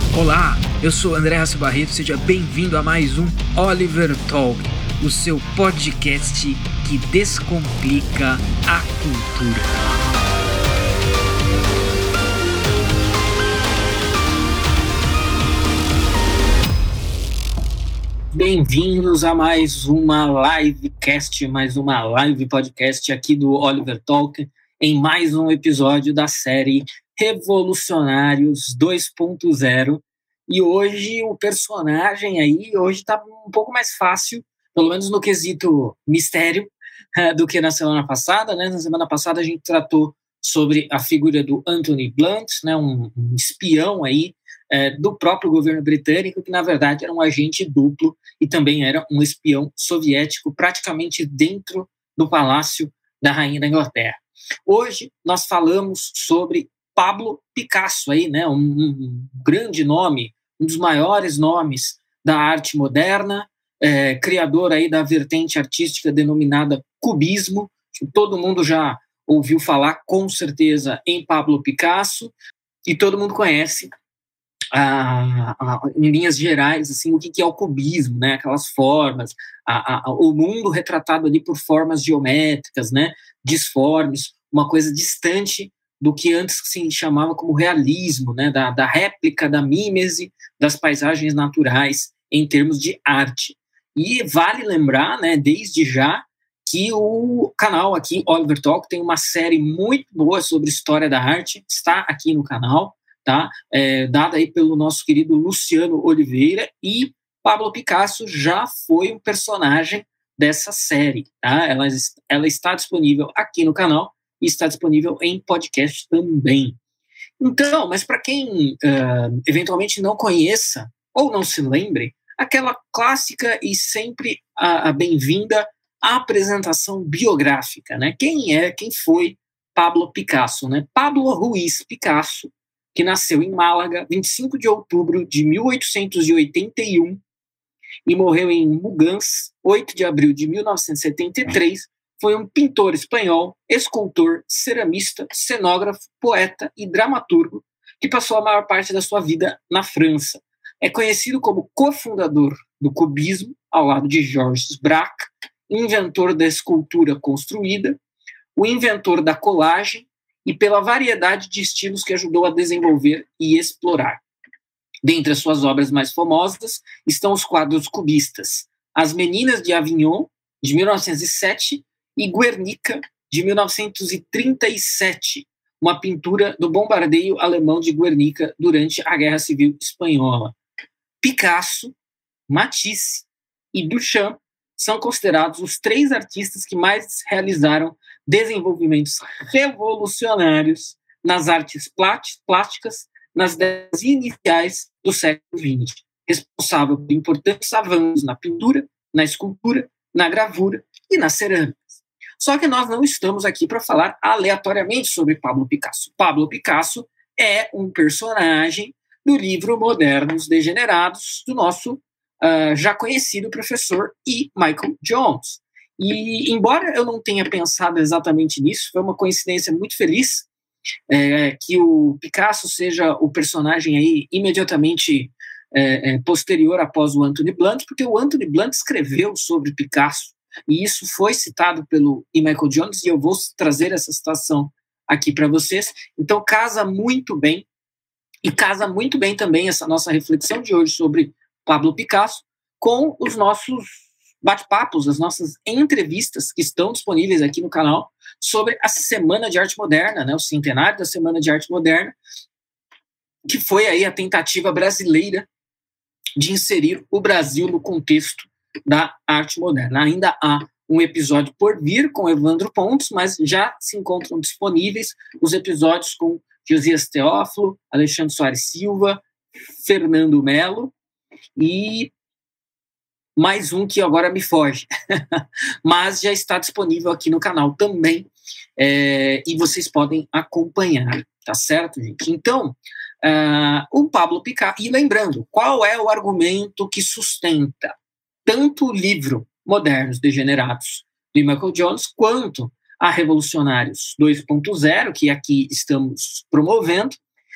Olá, eu sou André Raça Barreto, seja bem-vindo a mais um Oliver Talk, o seu podcast que descomplica a cultura. Bem-vindos a mais uma livecast, mais uma live podcast aqui do Oliver Talk, em mais um episódio da série Revolucionários 2.0. E hoje o personagem aí, hoje tá um pouco mais fácil, pelo menos no quesito mistério, do que na semana passada, né? Na semana passada a gente tratou sobre a figura do Anthony Blunt, né? Um espião aí do próprio governo britânico, que na verdade era um agente duplo e também era um espião soviético, praticamente dentro do palácio da Rainha da Inglaterra. Hoje nós falamos sobre Pablo Picasso, aí, né? Um grande nome, um dos maiores nomes da arte moderna, criador aí da vertente artística denominada cubismo, que todo mundo já ouviu falar com certeza em Pablo Picasso, e todo mundo conhece em linhas gerais, assim, o que é o cubismo, né? Aquelas formas, o mundo retratado ali por formas geométricas, né? Disformes, uma coisa distante do que antes se chamava como realismo, né? Da réplica, da mímese das paisagens naturais em termos de arte. E vale lembrar, né, desde já, que o canal aqui, Oliver Talk, tem uma série muito boa sobre história da arte, está aqui no canal, tá? Dada aí pelo nosso querido Luciano Oliveira, e Pablo Picasso já foi um personagem dessa série, tá? Ela está disponível aqui no canal e está disponível em podcast também. Então, mas para quem eventualmente não conheça ou não se lembre, aquela clássica e sempre a bem-vinda apresentação biográfica, né? Quem foi Pablo Picasso, né? Pablo Ruiz Picasso, que nasceu em Málaga, 25 de outubro de 1881, e morreu em Mugans, 8 de abril de 1973, foi um pintor espanhol, escultor, ceramista, cenógrafo, poeta e dramaturgo que passou a maior parte da sua vida na França. É conhecido como cofundador do cubismo, ao lado de Georges Braque, inventor da escultura construída, o inventor da colagem e pela variedade de estilos que ajudou a desenvolver e explorar. Dentre as suas obras mais famosas estão os quadros cubistas As Meninas de Avignon, de 1907, e Guernica, de 1937, uma pintura do bombardeio alemão de Guernica durante a Guerra Civil Espanhola. Picasso, Matisse e Duchamp são considerados os 3 artistas que mais realizaram desenvolvimentos revolucionários nas artes plásticas nas décadas iniciais do século XX, responsável por importantes avanços na pintura, na escultura, na gravura e na cerâmica. Só que nós não estamos aqui para falar aleatoriamente sobre Pablo Picasso. Pablo Picasso é um personagem do livro Modernos Degenerados, do nosso já conhecido professor E. Michael Jones. E, embora eu não tenha pensado exatamente nisso, foi uma coincidência muito feliz que o Picasso seja o personagem aí imediatamente posterior após o Anthony Blunt, porque o Anthony Blunt escreveu sobre Picasso, e isso foi citado pelo E. Michael Jones, e eu vou trazer essa citação aqui para vocês. Então casa muito bem, e casa muito bem também essa nossa reflexão de hoje sobre Pablo Picasso com os nossos bate-papos, as nossas entrevistas que estão disponíveis aqui no canal sobre a Semana de Arte Moderna, né, o centenário da Semana de Arte Moderna, que foi aí a tentativa brasileira de inserir o Brasil no contexto da arte moderna. Ainda há um episódio por vir com Evandro Pontes, mas já se encontram disponíveis os episódios com Josias Teófilo, Alexandre Soares Silva, Fernando Melo e mais um que agora me foge, mas já está disponível aqui no canal também, e vocês podem acompanhar, tá certo, gente? Então, o Pablo Picasso, e lembrando, qual é o argumento que sustenta tanto o livro Modernos Degenerados, de Michael Jones, quanto a Revolucionários 2.0, que aqui estamos promovendo,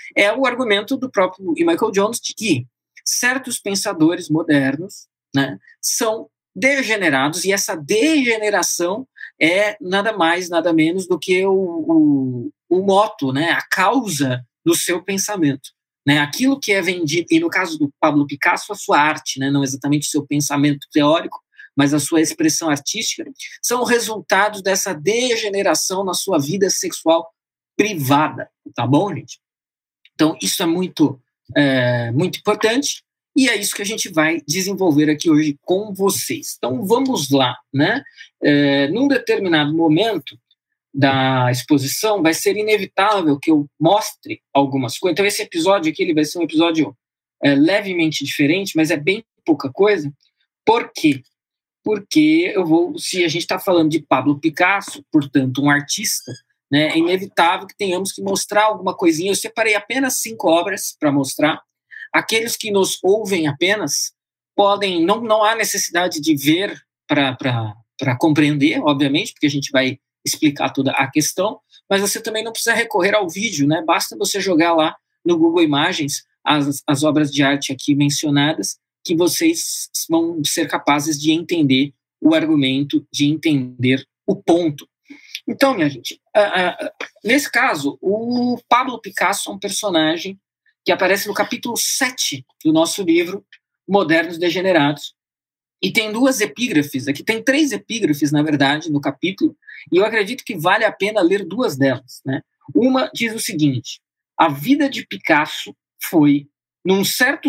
é o argumento do próprio Michael Jones de que certos pensadores modernos, né, são degenerados, e essa degeneração é nada mais, nada menos do que o moto, né, a causa do seu pensamento. Né, aquilo que é vendido, e no caso do Pablo Picasso, a sua arte, né, não exatamente o seu pensamento teórico, mas a sua expressão artística, são resultados dessa degeneração na sua vida sexual privada, tá bom, gente? Então, isso é muito importante, e é isso que a gente vai desenvolver aqui hoje com vocês. Então, vamos lá, né? Num determinado momento da exposição, vai ser inevitável que eu mostre algumas coisas. Então, esse episódio aqui ele vai ser um episódio levemente diferente, mas é bem pouca coisa. Por quê? Porque se a gente está falando de Pablo Picasso, portanto, um artista, né, é inevitável que tenhamos que mostrar alguma coisinha. Eu separei apenas 5 obras para mostrar. Aqueles que nos ouvem apenas podem, não há necessidade de ver para compreender, obviamente, porque a gente vai explicar toda a questão, mas você também não precisa recorrer ao vídeo, né? Basta você jogar lá no Google Imagens as obras de arte aqui mencionadas, que vocês vão ser capazes de entender o argumento, de entender o ponto. Então, minha gente, nesse caso, o Pablo Picasso é um personagem que aparece no capítulo 7 do nosso livro, Modernos Degenerados, e tem 2 epígrafes, aqui tem 3 epígrafes, na verdade, no capítulo, e eu acredito que vale a pena ler 2 delas, né? Uma diz o seguinte: a vida de Picasso foi, num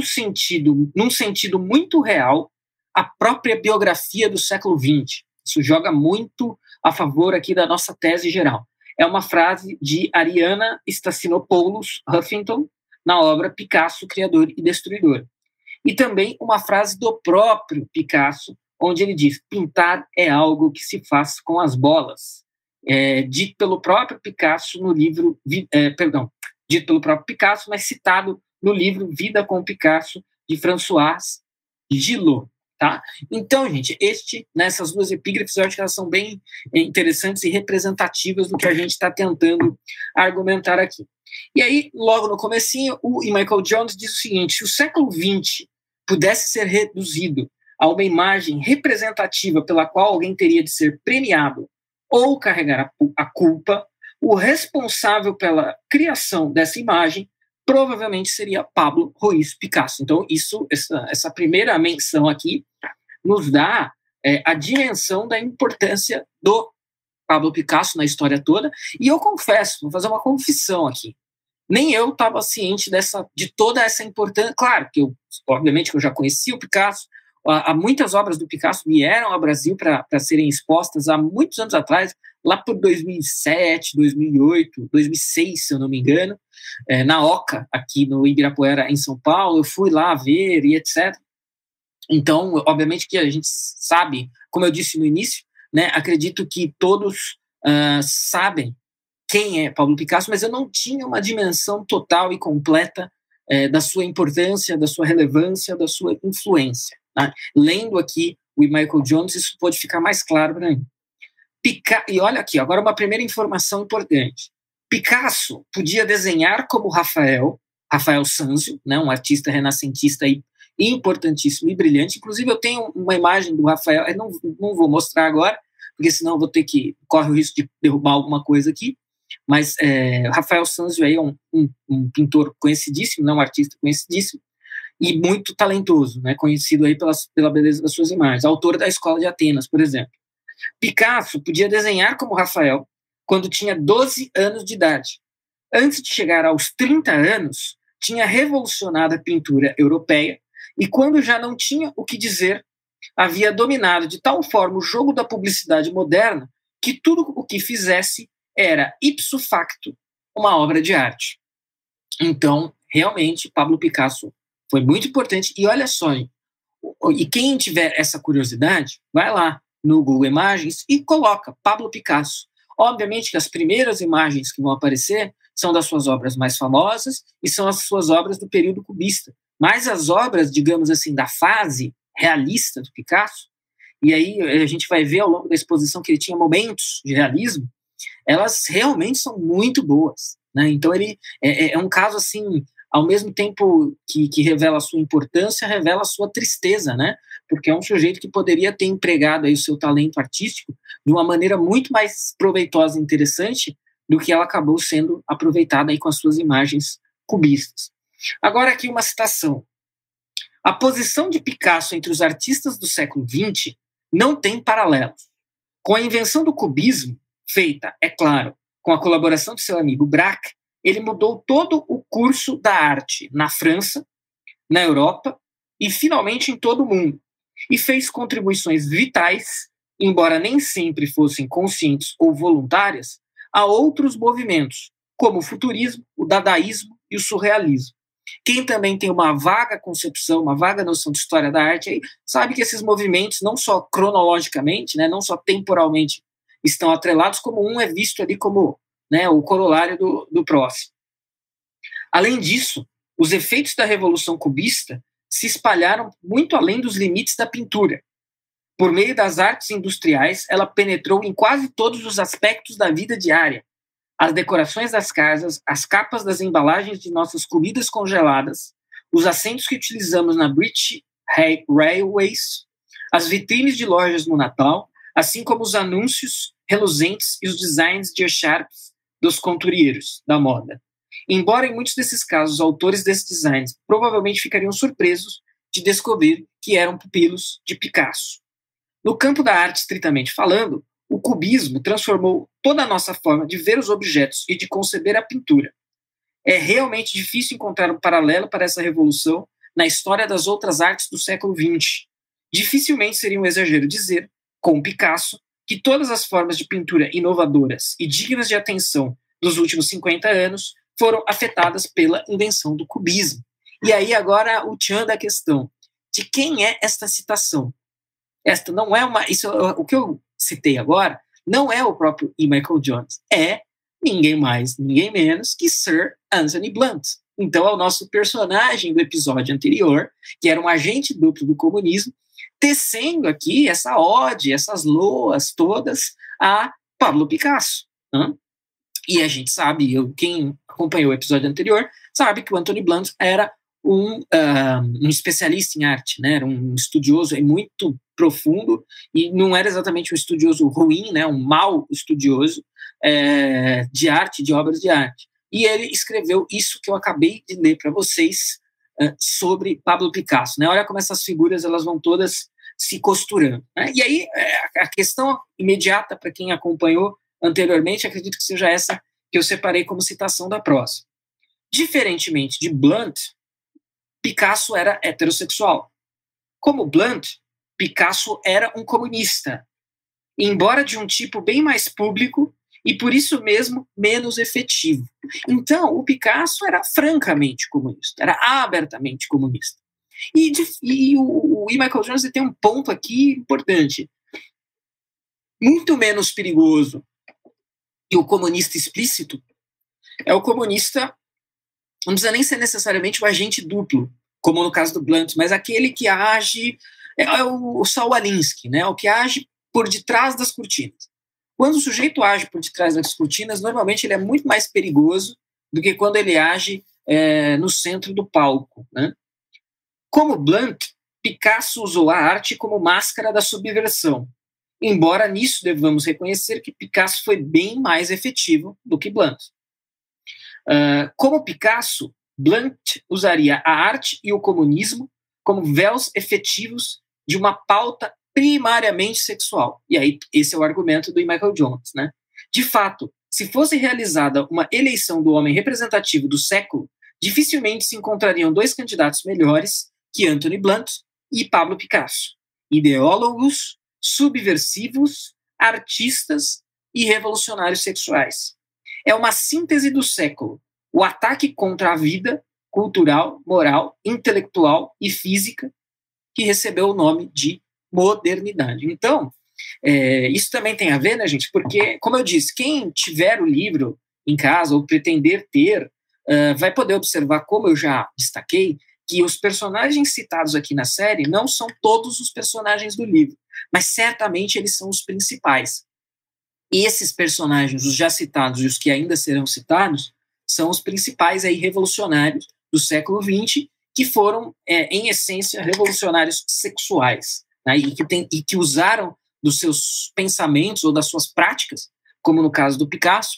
sentido muito real, a própria biografia do século XX. Isso joga muito a favor aqui da nossa tese geral. É uma frase de Ariana Stassinopoulos Huffington, na obra Picasso, Criador e Destruidor. E também uma frase do próprio Picasso, onde ele diz: pintar é algo que se faz com as bolas. Dito pelo próprio Picasso no livro, dito pelo próprio Picasso, mas citado no livro Vida com Picasso, de François Gillot. Tá? Então, gente, nessas 2 epígrafes, eu acho que elas são bem interessantes e representativas do que a gente está tentando argumentar aqui. E aí, logo no comecinho, o Michael Jones diz o seguinte: se o século XX pudesse ser reduzido a uma imagem representativa pela qual alguém teria de ser premiado ou carregar a culpa, o responsável pela criação dessa imagem provavelmente seria Pablo Ruiz Picasso. Então, essa primeira menção aqui nos dá a dimensão da importância do Pablo Picasso na história toda. E eu confesso, vou fazer uma confissão aqui, nem eu estava ciente de toda essa importância. Claro que obviamente que eu já conhecia o Picasso, há muitas obras do Picasso vieram ao Brasil para serem expostas há muitos anos atrás, lá por 2007, 2008, 2006, se eu não me engano, na Oca, aqui no Ibirapuera, em São Paulo. Eu fui lá ver e etc. Então, obviamente que a gente sabe, como eu disse no início, né, acredito que todos sabem quem é Pablo Picasso, mas eu não tinha uma dimensão total e completa da sua importância, da sua relevância, da sua influência. Tá? Lendo aqui o Michael Jones, isso pode ficar mais claro para mim. E olha aqui, agora uma primeira informação importante. Picasso podia desenhar como Rafael Sanzio, né, um artista renascentista importantíssimo e brilhante. Inclusive, eu tenho uma imagem do Rafael, eu não vou mostrar agora, porque senão vou ter que corre o risco de derrubar alguma coisa aqui. Mas Rafael Sanzio aí é um pintor conhecidíssimo, né, um artista conhecidíssimo e muito talentoso, né, conhecido aí pela beleza das suas imagens. Autor da Escola de Atenas, por exemplo. Picasso podia desenhar como Rafael quando tinha 12 anos de idade. Antes de chegar aos 30 anos, tinha revolucionado a pintura europeia e, quando já não tinha o que dizer, havia dominado de tal forma o jogo da publicidade moderna que tudo o que fizesse era, ipso facto, uma obra de arte. Então, realmente, Pablo Picasso foi muito importante. E olha só, e quem tiver essa curiosidade, vai lá no Google Imagens e coloca Pablo Picasso. Obviamente que as primeiras imagens que vão aparecer são das suas obras mais famosas e são as suas obras do período cubista. Mas as obras, digamos assim, da fase realista do Picasso, e aí a gente vai ver ao longo da exposição que ele tinha momentos de realismo, elas realmente são muito boas. né? Então ele é um caso assim, ao mesmo tempo que revela a sua importância, revela a sua tristeza, né? Porque é um sujeito que poderia ter empregado aí o seu talento artístico de uma maneira muito mais proveitosa e interessante do que ela acabou sendo aproveitada aí com as suas imagens cubistas. Agora aqui uma citação. A posição de Picasso entre os artistas do século XX não tem paralelos. Com a invenção do cubismo, feita, é claro, com a colaboração de seu amigo Braque, ele mudou todo o curso da arte na França, na Europa e, finalmente, em todo o mundo, e fez contribuições vitais, embora nem sempre fossem conscientes ou voluntárias, a outros movimentos, como o futurismo, o dadaísmo e o surrealismo. Quem também tem uma vaga concepção, uma vaga noção de história da arte, aí, sabe que esses movimentos, não só cronologicamente, né, não só temporalmente, estão atrelados, como um é visto ali como, né, o corolário do próximo. Além disso, os efeitos da Revolução Cubista se espalharam muito além dos limites da pintura. Por meio das artes industriais, ela penetrou em quase todos os aspectos da vida diária. As decorações das casas, as capas das embalagens de nossas comidas congeladas, os assentos que utilizamos na British Railways, as vitrines de lojas no Natal, assim como os anúncios reluzentes e os designs de echarpes dos couturiers da moda. Embora em muitos desses casos os autores desses designs provavelmente ficariam surpresos de descobrir que eram pupilos de Picasso. No campo da arte estritamente falando, o cubismo transformou toda a nossa forma de ver os objetos e de conceber a pintura. É realmente difícil encontrar um paralelo para essa revolução na história das outras artes do século XX. Dificilmente seria um exagero dizer, com Picasso, que todas as formas de pintura inovadoras e dignas de atenção dos últimos 50 anos foram afetadas pela invenção do cubismo. E aí agora o tchan da questão. De quem é esta citação? Esta não é uma... Isso, o que eu citei agora não é o próprio E. Michael Jones. É ninguém mais, ninguém menos que Sir Anthony Blunt. Então é o nosso personagem do episódio anterior, que era um agente duplo do comunismo, tecendo aqui essa ode, essas loas todas a Pablo Picasso. Né? E a gente sabe, quem acompanhou o episódio anterior, sabe que o Anthony Blunt era um especialista em arte, né? Era um estudioso muito profundo e não era exatamente um estudioso ruim, né? Um mau estudioso de arte, de obras de arte. E ele escreveu isso que eu acabei de ler para vocês sobre Pablo Picasso. Né? Olha como essas figuras elas vão todas se costurando. Né? E aí a questão imediata para quem acompanhou anteriormente, acredito que seja essa que eu separei como citação da prosa. Diferentemente de Blunt, Picasso era heterossexual. Como Blunt, Picasso era um comunista, embora de um tipo bem mais público e, por isso mesmo, menos efetivo. Então, o Picasso era francamente comunista, era abertamente comunista. E o E. Michael Jones tem um ponto aqui importante. Muito menos perigoso que o comunista explícito é o comunista, não precisa nem ser necessariamente o agente duplo, como no caso do Blunt, mas aquele que age, é o Saul Alinsky, né? O que age por detrás das cortinas. Quando o sujeito age por detrás das cortinas, normalmente ele é muito mais perigoso do que quando ele age no centro do palco. Né? Como Blunt, Picasso usou a arte como máscara da subversão, embora nisso devamos reconhecer que Picasso foi bem mais efetivo do que Blunt. Como Picasso, Blunt usaria a arte e o comunismo como véus efetivos de uma pauta primariamente sexual. E aí, esse é o argumento do Michael Jones. Né? De fato, se fosse realizada uma eleição do homem representativo do século, dificilmente se encontrariam dois candidatos melhores que Anthony Blunt e Pablo Picasso. Ideólogos, subversivos, artistas e revolucionários sexuais. É uma síntese do século, o ataque contra a vida cultural, moral, intelectual e física que recebeu o nome de modernidade. Então, isso também tem a ver, né, gente? Porque, como eu disse, quem tiver o livro em casa ou pretender ter, vai poder observar, como eu já destaquei, que os personagens citados aqui na série não são todos os personagens do livro, mas certamente eles são os principais. E esses personagens, os já citados e os que ainda serão citados, são os principais aí revolucionários do século XX, que foram, em essência, revolucionários sexuais, né, e que usaram dos seus pensamentos ou das suas práticas, como no caso do Picasso,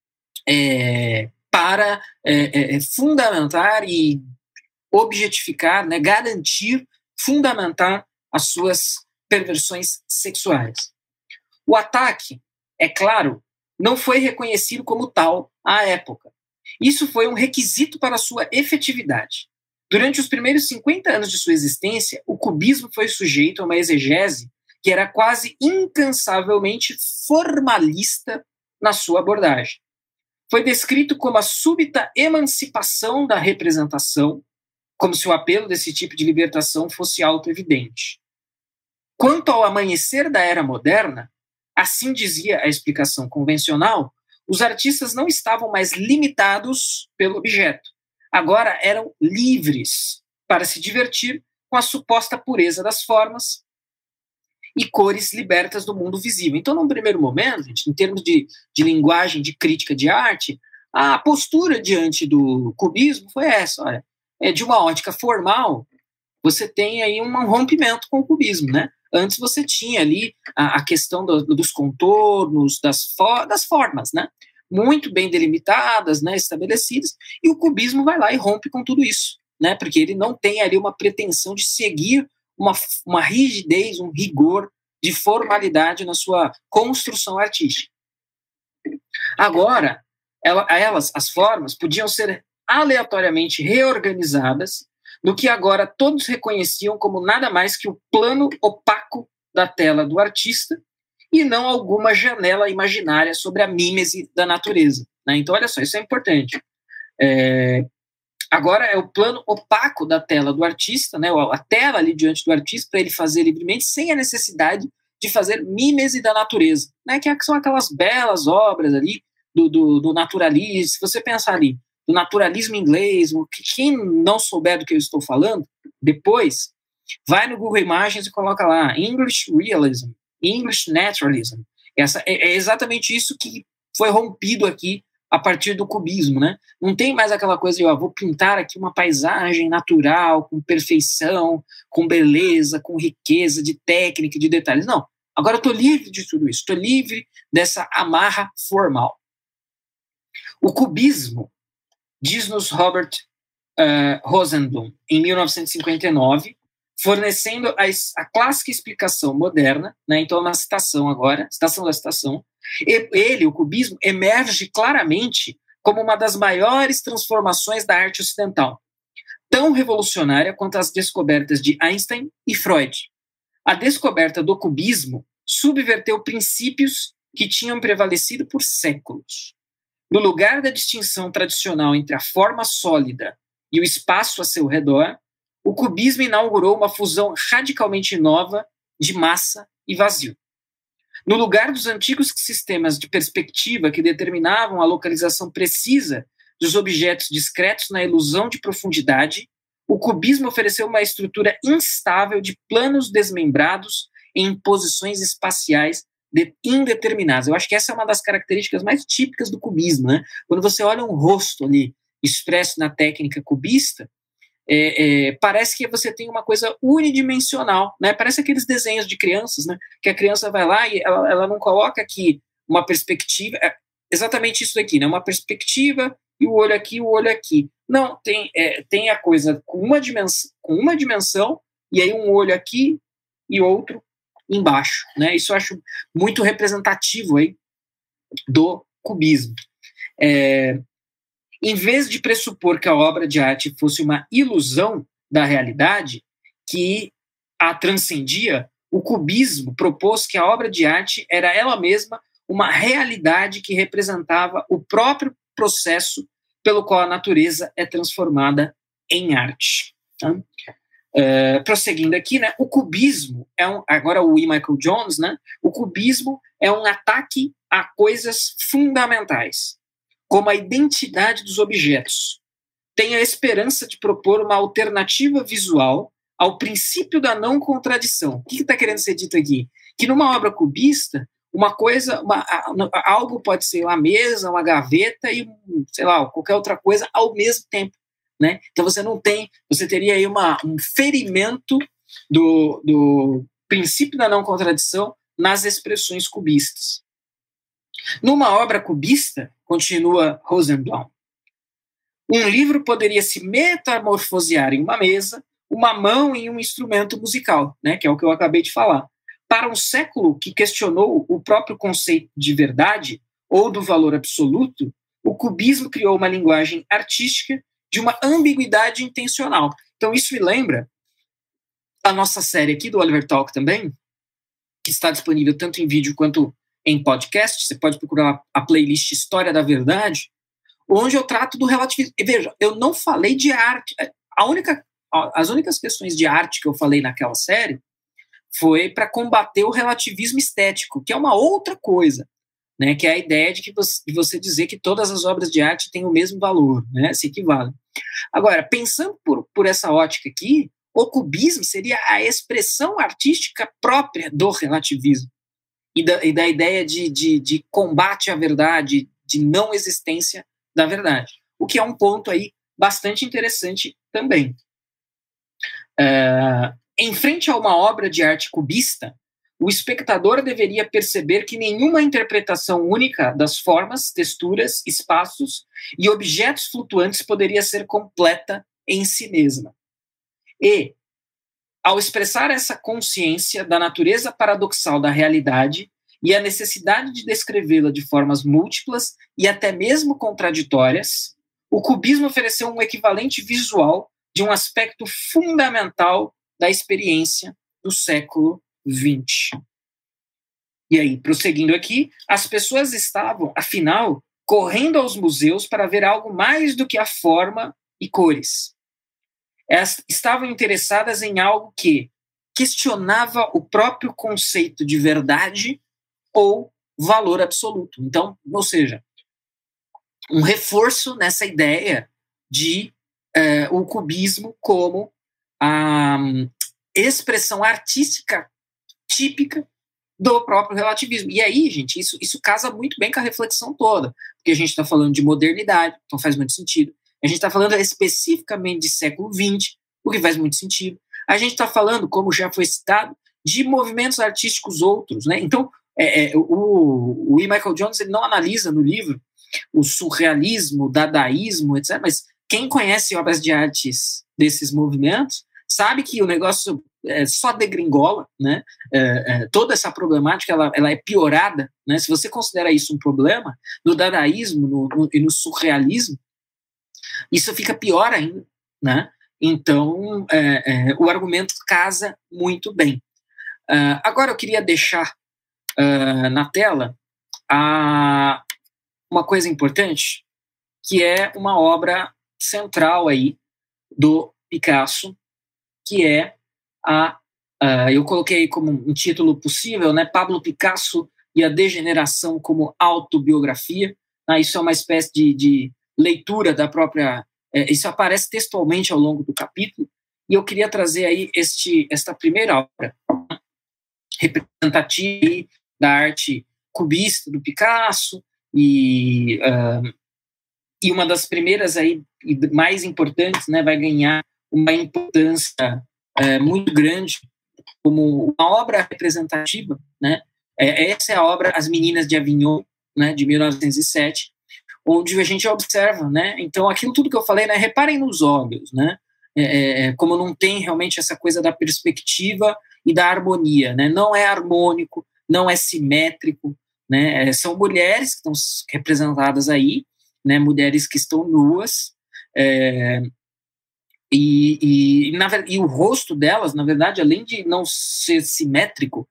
para fundamentar e objetificar, né, garantir, fundamentar as suas perversões sexuais. O ataque, é claro, não foi reconhecido como tal à época. Isso foi um requisito para a sua efetividade. Durante os primeiros 50 anos de sua existência, o cubismo foi sujeito a uma exegese que era quase incansavelmente formalista na sua abordagem. Foi descrito como a súbita emancipação da representação, como se o apelo desse tipo de libertação fosse auto-evidente. Quanto ao amanhecer da era moderna, assim dizia a explicação convencional, os artistas não estavam mais limitados pelo objeto. Agora eram livres para se divertir com a suposta pureza das formas e cores libertas do mundo visível. Então, num primeiro momento, gente, em termos de linguagem, de crítica de arte, a postura diante do cubismo foi essa, olha, de uma ótica formal, você tem aí um rompimento com o cubismo, né? Antes você tinha ali a questão dos contornos, das formas, né? Muito bem delimitadas, né? Estabelecidas, e o cubismo vai lá e rompe com tudo isso, né? Porque ele não tem ali uma pretensão de seguir uma rigidez, um rigor de formalidade na sua construção artística. Agora, as formas podiam ser aleatoriamente reorganizadas no que agora todos reconheciam como nada mais que o plano opaco da tela do artista e não alguma janela imaginária sobre a mímese da natureza, né? Então, olha só, isso é importante. Agora é o plano opaco da tela do artista, né? A tela ali diante do artista para ele fazer livremente sem a necessidade de fazer mímese da natureza, né? Que são aquelas belas obras ali do naturalismo. Se você pensar ali, do naturalismo inglês, quem não souber do que eu estou falando, depois vai no Google Imagens e coloca lá English Realism, English Naturalism. É exatamente isso que foi rompido aqui a partir do cubismo, né? Não tem mais aquela coisa de, vou pintar aqui uma paisagem natural, com perfeição, com beleza, com riqueza de técnica, de detalhes. Não, agora eu estou livre de tudo isso, estou livre dessa amarra formal. O cubismo, diz-nos Robert Rosenblum, em 1959, fornecendo a clássica explicação moderna, né? Então, uma citação agora, citação da citação, o cubismo, emerge claramente como uma das maiores transformações da arte ocidental, tão revolucionária quanto as descobertas de Einstein e Freud. A descoberta do cubismo subverteu princípios que tinham prevalecido por séculos. No lugar da distinção tradicional entre a forma sólida e o espaço a seu redor, o cubismo inaugurou uma fusão radicalmente nova de massa e vazio. No lugar dos antigos sistemas de perspectiva que determinavam a localização precisa dos objetos discretos na ilusão de profundidade, o cubismo ofereceu uma estrutura instável de planos desmembrados em posições espaciais indeterminadas. Eu acho que essa é uma das características mais típicas do cubismo, né? Quando você olha um rosto ali expresso na técnica cubista, parece que você tem uma coisa unidimensional, né? Parece aqueles desenhos de crianças, né? Que a criança vai lá e ela não coloca aqui uma perspectiva, exatamente isso daqui, né? Uma perspectiva e o olho aqui, o olho aqui. Não, tem a coisa com uma dimensão e aí um olho aqui e outro embaixo, né? Isso eu acho muito representativo aí do cubismo. Em vez de pressupor que a obra de arte fosse uma ilusão da realidade que a transcendia, o cubismo propôs que a obra de arte era ela mesma uma realidade que representava o próprio processo pelo qual a natureza é transformada em arte. Tá? Prosseguindo aqui, né, o cubismo agora o E. Michael Jones, né, o cubismo é um ataque a coisas fundamentais, como a identidade dos objetos. Tem a esperança de propor uma alternativa visual ao princípio da não contradição. O que está querendo ser dito aqui? Que numa obra cubista, algo pode ser uma mesa, uma gaveta e, sei lá, qualquer outra coisa ao mesmo tempo, né? Então você teria aí um ferimento do princípio da não contradição nas expressões cubistas. Numa obra cubista, continua Rosenblaum, um livro poderia se metamorfosear em uma mesa, uma mão em um instrumento musical, né, que é o que eu acabei de falar. Para um século que questionou o próprio conceito de verdade ou do valor absoluto, o cubismo criou uma linguagem artística de uma ambiguidade intencional. Então isso me lembra a nossa série aqui do Oliver Talk também, que está disponível tanto em vídeo quanto em podcast. Você pode procurar a playlist História da Verdade, onde eu trato do relativismo. E veja, eu não falei de arte. As únicas questões de arte que eu falei naquela série foi para combater o relativismo estético, que é uma outra coisa, né? Que é a ideia de você dizer que todas as obras de arte têm o mesmo valor, né? Se equivalem. Agora, pensando por essa ótica aqui, o cubismo seria a expressão artística própria do relativismo e da ideia de combate à verdade, de não existência da verdade, o que é um ponto aí bastante interessante também. Em frente a uma obra de arte cubista, o espectador deveria perceber que nenhuma interpretação única das formas, texturas, espaços e objetos flutuantes poderia ser completa em si mesma. E, ao expressar essa consciência da natureza paradoxal da realidade e a necessidade de descrevê-la de formas múltiplas e até mesmo contraditórias, o cubismo ofereceu um equivalente visual de um aspecto fundamental da experiência do século XX. E aí, prosseguindo aqui, as pessoas estavam, afinal, correndo aos museus para ver algo mais do que a forma e cores. Elas estavam interessadas em algo que questionava o próprio conceito de verdade ou valor absoluto. Então, ou seja, um reforço nessa ideia de o cubismo como a expressão artística típica do próprio relativismo. E aí, gente, isso casa muito bem com a reflexão toda, porque a gente está falando de modernidade, então faz muito sentido. A gente está falando especificamente de século XX, o que faz muito sentido. A gente está falando, como já foi citado, de movimentos artísticos outros, né? Então, o E. Michael Jones ele não analisa no livro o surrealismo, o dadaísmo, etc., mas quem conhece obras de artes desses movimentos sabe que o negócio só degringola, né? Toda essa problemática ela é piorada, né? Se você considera isso um problema, no dadaísmo e no surrealismo, isso fica pior ainda, né? Então, o argumento casa muito bem. Agora eu queria deixar na tela uma coisa importante, que é uma obra central aí do Picasso, que é eu coloquei como um título possível, né, Pablo Picasso e a degeneração como autobiografia. Isso é uma espécie de leitura da própria... isso aparece textualmente ao longo do capítulo, e eu queria trazer aí esta primeira obra representativa da arte cubista do Picasso, e uma das primeiras aí, e mais importantes, né, vai ganhar uma importância muito grande como uma obra representativa, né? Essa é a obra As Meninas de Avignon, né, de 1907, onde a gente observa, né? Então, aquilo tudo que eu falei, né? Reparem nos olhos, né? Como não tem realmente essa coisa da perspectiva e da harmonia, né? Não é harmônico, não é simétrico, né? São mulheres que estão representadas aí, né? Mulheres que estão nuas, e o rosto delas, na verdade, além de não ser simétrico,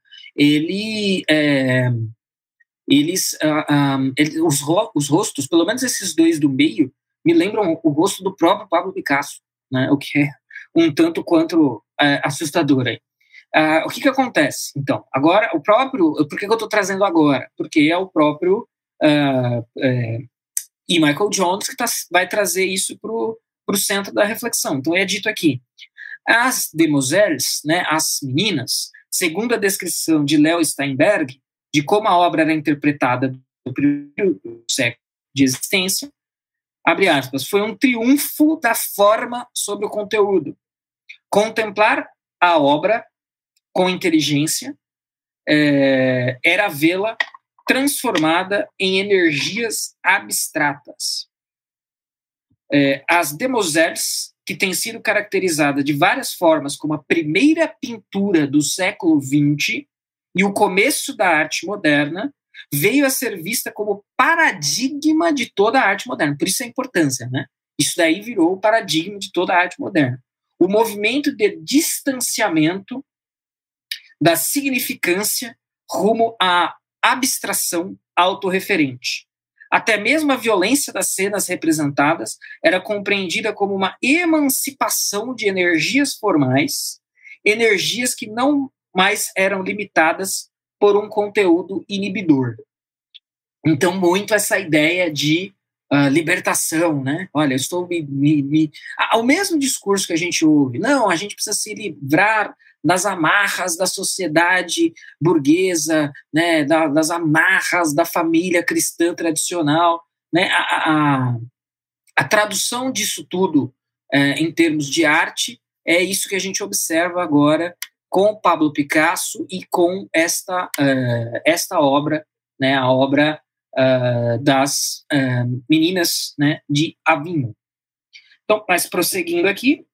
os rostos, pelo menos esses dois do meio, me lembram o rosto do próprio Pablo Picasso, né? O que é um tanto quanto assustador aí. O que acontece? Então, agora, por que eu estou trazendo agora? Porque é o próprio E. Michael Jones que vai trazer isso para o centro da reflexão. Então, é dito aqui, as demoiselles, né, as meninas, segundo a descrição de Leo Steinberg, de como a obra era interpretada no primeiro século de existência, abre aspas, foi um triunfo da forma sobre o conteúdo. Contemplar a obra com inteligência era vê-la transformada em energias abstratas. As demoiselles, que tem sido caracterizada de várias formas como a primeira pintura do século XX e o começo da arte moderna, veio a ser vista como paradigma de toda a arte moderna. Por isso a importância, né? Isso daí virou o paradigma de toda a arte moderna. O movimento de distanciamento da significância rumo à abstração autorreferente. Até mesmo a violência das cenas representadas era compreendida como uma emancipação de energias formais, energias que não mais eram limitadas por um conteúdo inibidor. Então, muito essa ideia de libertação, né? Olha, eu estou ao mesmo discurso que a gente ouve, não, a gente precisa se livrar das amarras da sociedade burguesa, né, das amarras da família cristã tradicional, né? A tradução disso tudo em termos de arte é isso que a gente observa agora com Pablo Picasso e com esta obra, né, a obra das meninas, né, de Avignon. Então, mas prosseguindo aqui,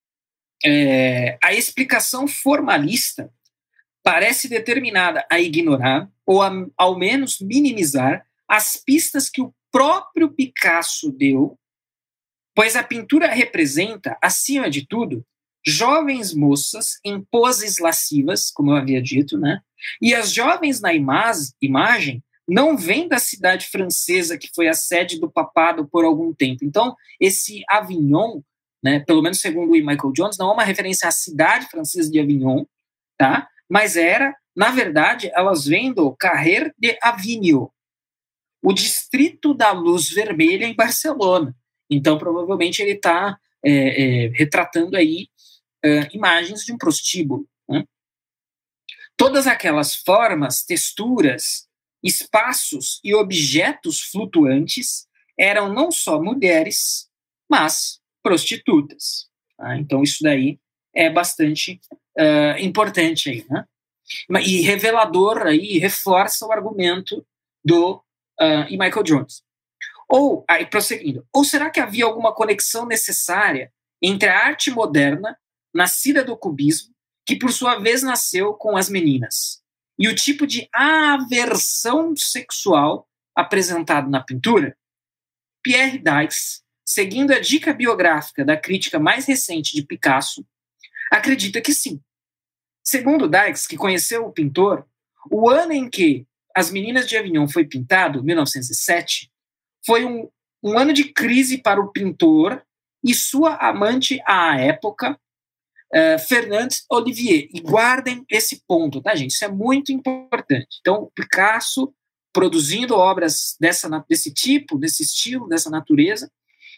a explicação formalista parece determinada a ignorar ou ao menos minimizar as pistas que o próprio Picasso deu, pois a pintura representa, acima de tudo, jovens moças em poses lascivas, como eu havia dito, né? E as jovens na imagem não vêm da cidade francesa que foi a sede do papado por algum tempo. Então, esse Avignon, né, pelo menos segundo o E. Michael Jones, não é uma referência à cidade francesa de Avignon, tá? Mas era, na verdade, elas vêm do Carrer de Avignon, o distrito da luz vermelha em Barcelona. Então, provavelmente, ele está retratando aí imagens de um prostíbulo, né? Todas aquelas formas, texturas, espaços e objetos flutuantes eram não só mulheres, mas prostitutas. Tá? Então, isso daí é bastante importante aí, né? E revelador aí, reforça o argumento do E. Michael Jones. Ou, aí prosseguindo, ou será que havia alguma conexão necessária entre a arte moderna, nascida do cubismo, que por sua vez nasceu com as meninas, e o tipo de aversão sexual apresentado na pintura? Pierre Daix, seguindo a dica biográfica da crítica mais recente de Picasso, acredita que sim. Segundo Daix, que conheceu o pintor, o ano em que As Meninas de Avignon foi pintado, 1907, foi um ano de crise para o pintor e sua amante à época, Fernande Olivier. E guardem esse ponto, tá, gente? Isso é muito importante. Então, Picasso produzindo obras desse tipo, desse estilo, dessa natureza,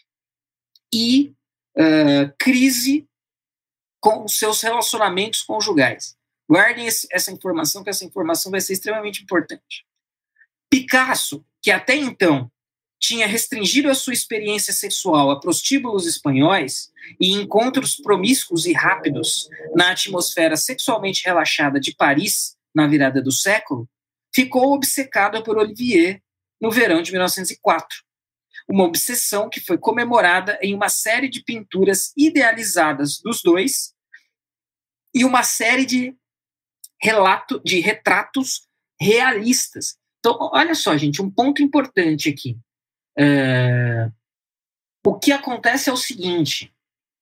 e crise com os seus relacionamentos conjugais. Guardem essa informação, que essa informação vai ser extremamente importante. Picasso, que até então tinha restringido a sua experiência sexual a prostíbulos espanhóis e encontros promíscuos e rápidos na atmosfera sexualmente relaxada de Paris na virada do século, ficou obcecado por Olivier no verão de 1904. Uma obsessão que foi comemorada em uma série de pinturas idealizadas dos dois e uma série de retratos realistas. Então, olha só, gente, um ponto importante aqui. O que acontece é o seguinte.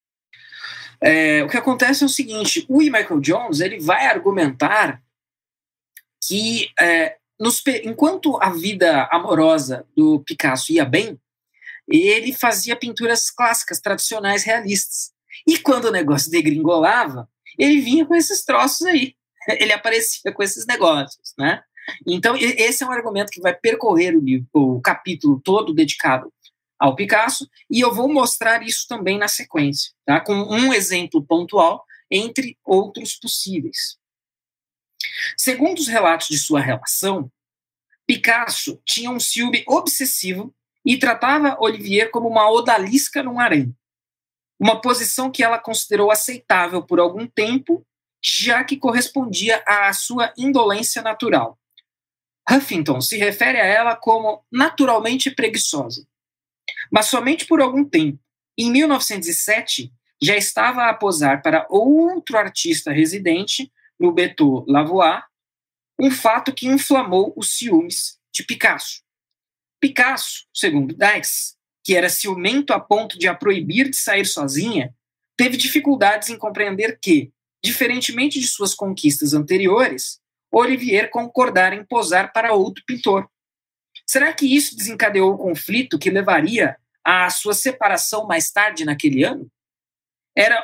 O E. Michael Jones ele vai argumentar que enquanto a vida amorosa do Picasso ia bem, ele fazia pinturas clássicas, tradicionais, realistas. E quando o negócio degringolava, ele vinha com esses troços aí. Ele aparecia com esses negócios, né? Então, esse é um argumento que vai percorrer o capítulo todo dedicado ao Picasso, e eu vou mostrar isso também na sequência, tá? Com um exemplo pontual, entre outros possíveis. Segundo os relatos de sua relação, Picasso tinha um ciúme obsessivo e tratava Olivier como uma odalisca num harém, uma posição que ela considerou aceitável por algum tempo, já que correspondia à sua indolência natural. Huffington se refere a ela como naturalmente preguiçosa, mas somente por algum tempo. Em 1907, já estava a posar para outro artista residente no Beaux Lavoie, um fato que inflamou os ciúmes de Picasso. Picasso, segundo Dijks, que era ciumento a ponto de a proibir de sair sozinha, teve dificuldades em compreender que, diferentemente de suas conquistas anteriores, Olivier concordara em posar para outro pintor. Será que isso desencadeou o conflito que levaria à sua separação mais tarde naquele ano? Era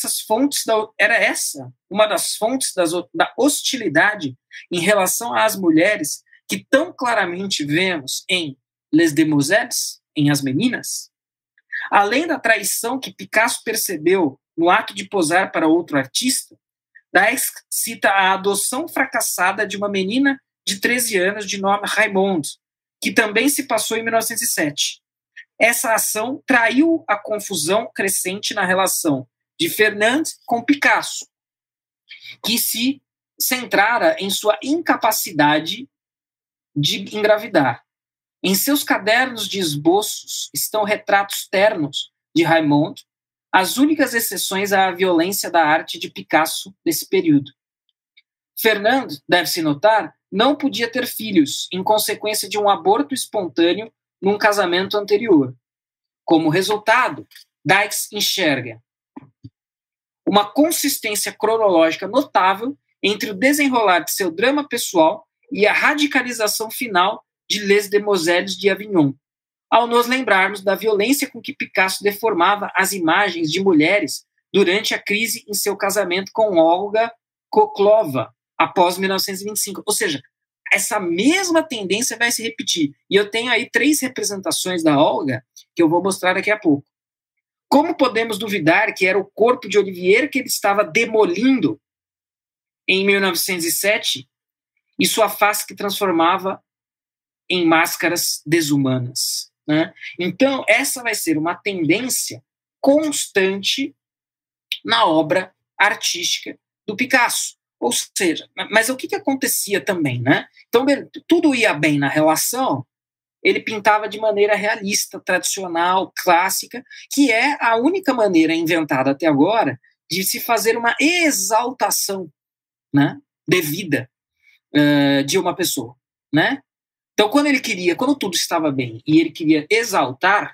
essa uma das fontes da hostilidade em relação às mulheres que tão claramente vemos em Les Demoiselles, em As Meninas? Além da traição que Picasso percebeu no ato de posar para outro artista, Dijks cita a adoção fracassada de uma menina de 13 anos de nome Raymonde, que também se passou em 1907. Essa ação traiu a confusão crescente na relação de Fernand com Picasso, que se centrara em sua incapacidade de engravidar. Em seus cadernos de esboços estão retratos ternos de Raymonde, as únicas exceções à violência da arte de Picasso nesse período. Fernand, deve-se notar, não podia ter filhos, em consequência de um aborto espontâneo num casamento anterior. Como resultado, Dijks enxerga uma consistência cronológica notável entre o desenrolar de seu drama pessoal e a radicalização final de Les Demoiselles de Avignon, ao nos lembrarmos da violência com que Picasso deformava as imagens de mulheres durante a crise em seu casamento com Olga Koklova, após 1925. Ou seja, essa mesma tendência vai se repetir. E eu tenho aí 3 representações da Olga que eu vou mostrar daqui a pouco. Como podemos duvidar que era o corpo de Olivier que ele estava demolindo em 1907 e sua face que transformava em máscaras desumanas, né? Então, essa vai ser uma tendência constante na obra artística do Picasso. Ou seja, mas o que acontecia também, né? Então, tudo ia bem na relação, ele pintava de maneira realista, tradicional, clássica, que é a única maneira inventada até agora de se fazer uma exaltação, né, devida de uma pessoa, né? Então, quando tudo estava bem e ele queria exaltar,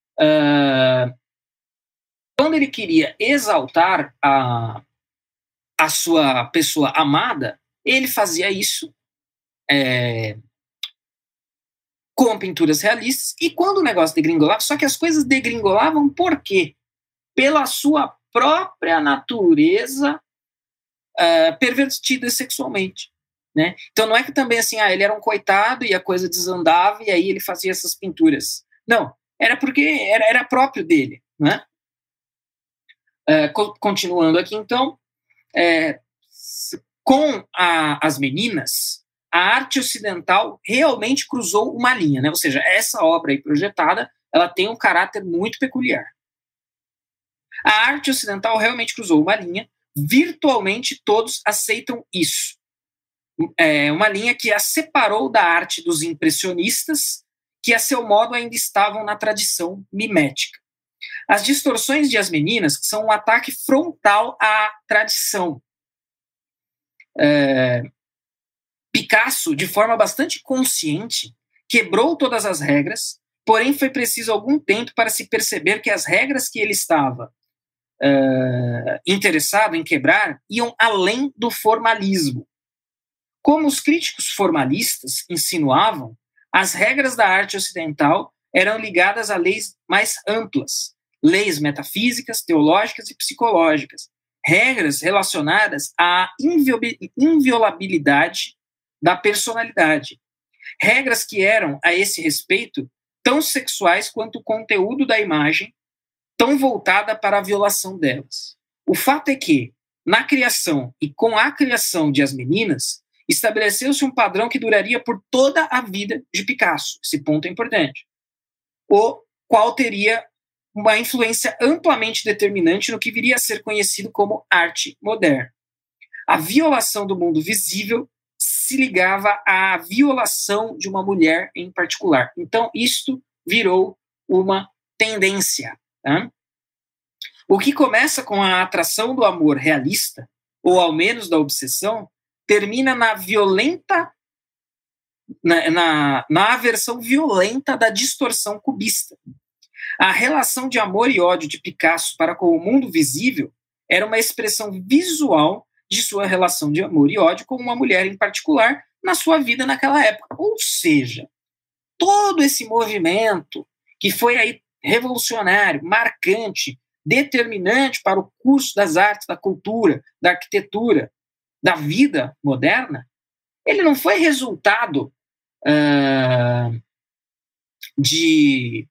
a sua pessoa amada, ele fazia isso com pinturas realistas, e quando o negócio degringolava, só que as coisas degringolavam por quê? Pela sua própria natureza pervertida sexualmente, né? Então não é que também assim, ele era um coitado e a coisa desandava e aí ele fazia essas pinturas. Não, era porque era próprio dele, né? Continuando aqui, então, com As Meninas, a arte ocidental realmente cruzou uma linha, né? Ou seja, essa obra aí projetada, ela tem um caráter muito peculiar. A arte ocidental realmente cruzou uma linha, virtualmente todos aceitam isso. Uma linha que a separou da arte dos impressionistas, que a seu modo ainda estavam na tradição mimética. As distorções de As Meninas são um ataque frontal à tradição. Picasso, de forma bastante consciente, quebrou todas as regras, porém foi preciso algum tempo para se perceber que as regras que ele estava interessado em quebrar iam além do formalismo. Como os críticos formalistas insinuavam, as regras da arte ocidental eram ligadas a leis mais amplas, leis metafísicas, teológicas e psicológicas, regras relacionadas à inviolabilidade da personalidade, regras que eram, a esse respeito, tão sexuais quanto o conteúdo da imagem, tão voltada para a violação delas. O fato é que, na criação e com a criação de As Meninas, estabeleceu-se um padrão que duraria por toda a vida de Picasso. Esse ponto é importante. O qual teria uma influência amplamente determinante no que viria a ser conhecido como arte moderna. A violação do mundo visível se ligava à violação de uma mulher em particular. Então, isto virou uma tendência. Tá? O que começa com a atração do amor realista, ou ao menos da obsessão, termina na violenta, na aversão violenta da distorção cubista. A relação de amor e ódio de Picasso para com o mundo visível era uma expressão visual de sua relação de amor e ódio com uma mulher em particular na sua vida naquela época. Ou seja, todo esse movimento que foi aí revolucionário, marcante, determinante para o curso das artes, da cultura, da arquitetura, da vida moderna, ele não foi resultado de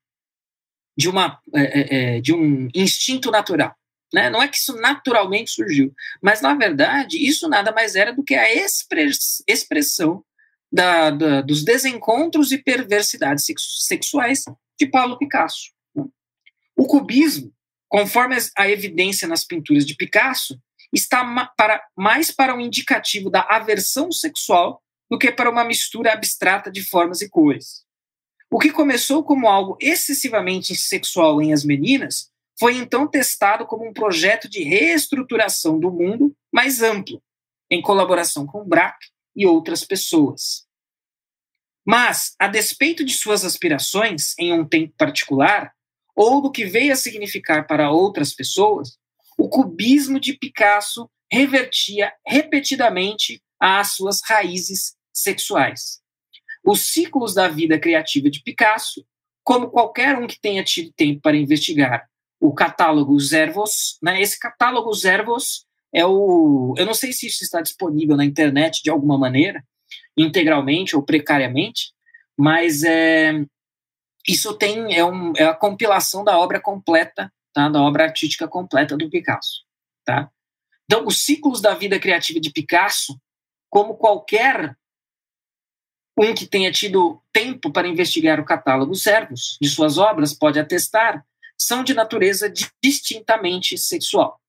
um instinto natural. Né? Não é que isso naturalmente surgiu, mas, na verdade, isso nada mais era do que a expressão dos desencontros e perversidades sexuais de Pablo Picasso. O cubismo, conforme a evidência nas pinturas de Picasso, está mais para um indicativo da aversão sexual do que para uma mistura abstrata de formas e cores. O que começou como algo excessivamente sexual em As Meninas foi então testado como um projeto de reestruturação do mundo mais amplo, em colaboração com Braque e outras pessoas. Mas, a despeito de suas aspirações em um tempo particular, ou do que veio a significar para outras pessoas, o cubismo de Picasso revertia repetidamente às suas raízes sexuais. Os ciclos da vida criativa de Picasso, como qualquer um que tenha tido tempo para investigar o catálogo Zervos, né? Esse catálogo Zervos é eu não sei se isso está disponível na internet de alguma maneira, integralmente ou precariamente, mas isso é a compilação da obra completa, tá? Da obra artística completa do Picasso. Tá? Então, os ciclos da vida criativa de Picasso, como qualquer um que tenha tido tempo para investigar o catálogo Zervos de suas obras pode atestar, são de natureza distintamente sexual.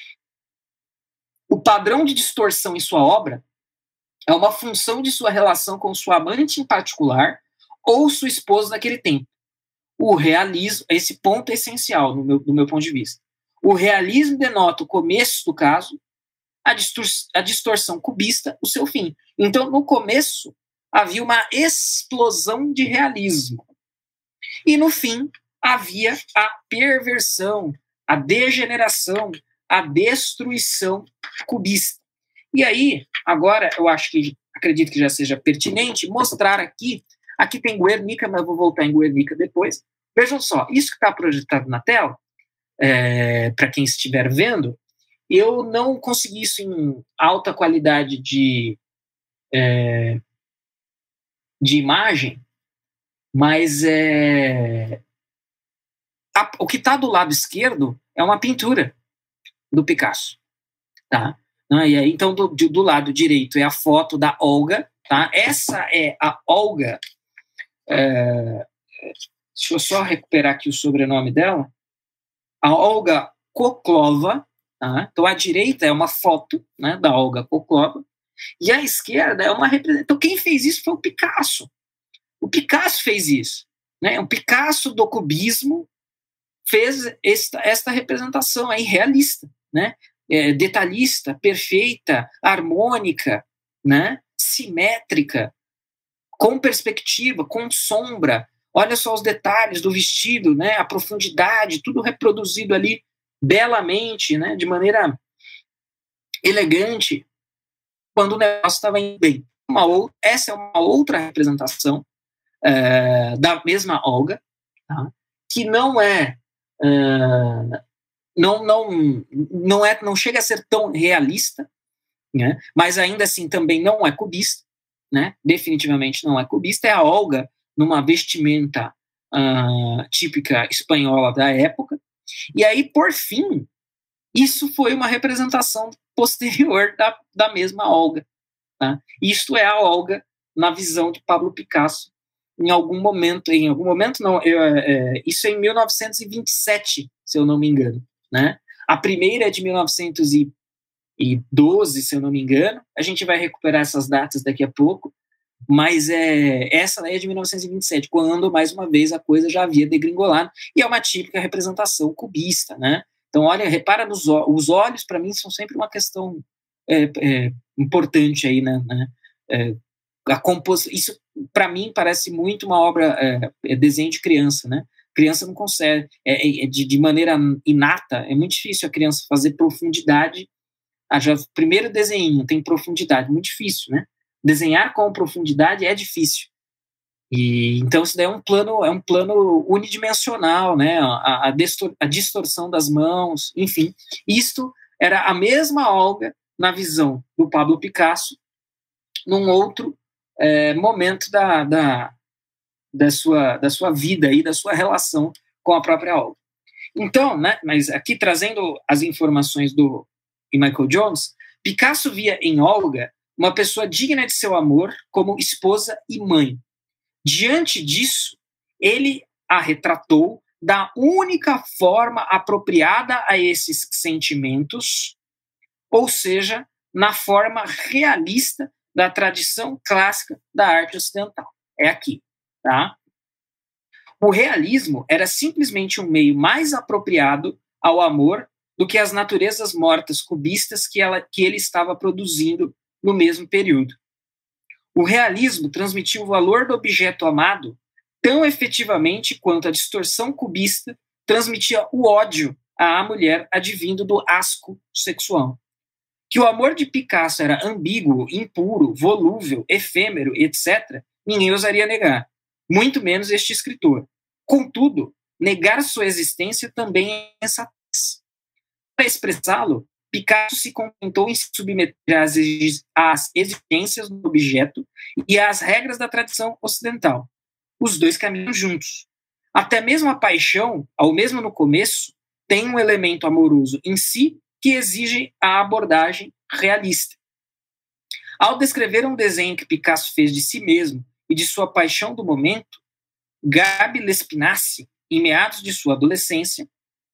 O padrão de distorção em sua obra é uma função de sua relação com sua amante em particular ou sua esposa naquele tempo. O realismo, esse ponto é essencial do meu ponto de vista. O realismo denota o começo do caso, a distorção cubista, o seu fim. Então, no começo, havia uma explosão de realismo. E, no fim, havia a perversão, a degeneração, a destruição cubista. E aí, agora, acredito que já seja pertinente mostrar aqui tem Guernica, mas eu vou voltar em Guernica depois. Vejam só, isso que está projetado na tela, para quem estiver vendo, eu não consegui isso em alta qualidade de imagem, mas o que está do lado esquerdo é uma pintura do Picasso. Tá? E aí, então, do lado direito é a foto da Olga. Tá? Essa é a Olga. Deixa eu só recuperar aqui o sobrenome dela. A Olga Koklova. Tá? Então, à direita é uma foto, né, da Olga Koklova. E à esquerda é uma representação. Então, quem fez isso foi o Picasso. O Picasso fez isso. Né? O Picasso do cubismo fez esta representação aí realista, né? Detalhista, perfeita, harmônica, né? Simétrica, com perspectiva, com sombra. Olha só os detalhes do vestido, né? A profundidade, tudo reproduzido ali belamente, né? De maneira elegante, quando o negócio estava indo bem. Essa é uma outra representação da mesma Olga, tá? Que não chega a ser tão realista, né? Mas ainda assim também não é cubista, né? Definitivamente não é cubista. É a Olga numa vestimenta típica espanhola da época. E aí, por fim, isso foi uma representação posterior da mesma Olga. Tá? Isto é a Olga na visão de Pablo Picasso em algum momento não, isso é em 1927, se eu não me engano, né? A primeira é de 1912, se eu não me engano, a gente vai recuperar essas datas daqui a pouco, mas essa é de 1927, quando, mais uma vez, a coisa já havia degringolado, e é uma típica representação cubista, né? Então, olha, repara os olhos, para mim, são sempre uma questão importante aí, né? A composição, isso, para mim, parece muito uma obra, desenho de criança, né? Criança não consegue, de maneira inata, é muito difícil a criança fazer profundidade. Primeiro desenho tem profundidade, muito difícil, né? Desenhar com profundidade é difícil. E então isso daí é um plano unidimensional, né? A distorção das mãos, enfim. Isto era a mesma Olga na visão do Pablo Picasso, num outro momento da sua vida e da sua relação com a própria Olga. Então, né? Mas aqui trazendo as informações do Michael Jones, Picasso via em Olga uma pessoa digna de seu amor como esposa e mãe. Diante disso, ele a retratou da única forma apropriada a esses sentimentos, ou seja, na forma realista da tradição clássica da arte ocidental. É aqui, tá? O realismo era simplesmente um meio mais apropriado ao amor do que as naturezas mortas cubistas que ele estava produzindo no mesmo período. O realismo transmitiu o valor do objeto amado tão efetivamente quanto a distorção cubista transmitia o ódio à mulher advindo do asco sexual. Que o amor de Picasso era ambíguo, impuro, volúvel, efêmero, etc., ninguém ousaria negar, muito menos este escritor. Contudo, negar sua existência também é insensatez. Para expressá-lo, Picasso se contentou em se submeter às exigências do objeto e às regras da tradição ocidental. Os dois caminham juntos. Até mesmo a paixão, ao mesmo no começo, tem um elemento amoroso em si que exige a abordagem realista. Ao descrever um desenho que Picasso fez de si mesmo e de sua paixão do momento, Gabi Lespinaci, em meados de sua adolescência,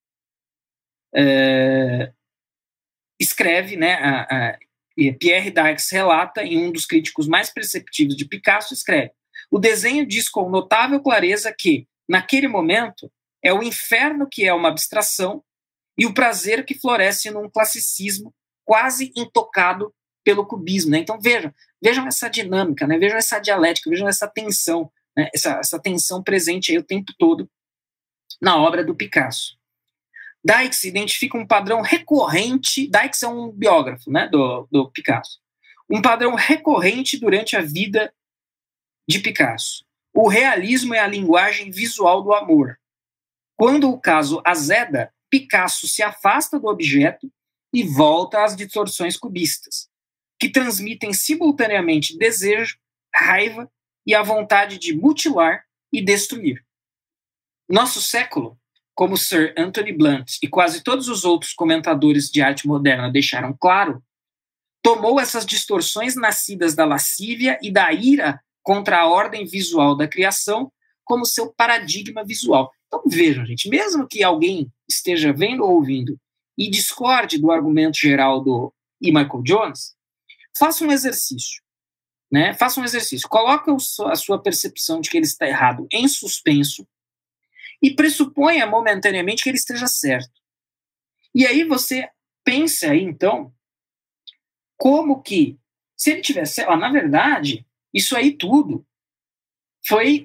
escreve, né, Pierre Daix relata, em um dos críticos mais perceptivos de Picasso, escreve: o desenho diz com notável clareza que, naquele momento, é o inferno que é uma abstração e o prazer que floresce num classicismo quase intocado pelo cubismo. Né? Então vejam essa dinâmica, né? Vejam essa dialética, vejam essa tensão, né? essa tensão presente aí o tempo todo na obra do Picasso. Daix identifica um padrão recorrente. Daix é um biógrafo, né, do Picasso. Um padrão recorrente durante a vida de Picasso. O realismo é a linguagem visual do amor. Quando o caso azeda, Picasso se afasta do objeto e volta às distorções cubistas, que transmitem simultaneamente desejo, raiva e a vontade de mutilar e destruir. Nosso século, como Sir Anthony Blunt e quase todos os outros comentadores de arte moderna deixaram claro, tomou essas distorções nascidas da lascívia e da ira contra a ordem visual da criação como seu paradigma visual. Então vejam, gente, mesmo que alguém esteja vendo ou ouvindo e discorde do argumento geral do E. Michael Jones, faça um exercício. Né? Faça um exercício. Coloque a sua percepção de que ele está errado em suspenso e pressuponha momentaneamente que ele esteja certo. E aí você pensa aí, então, como que, se ele tivesse, na verdade, isso aí tudo foi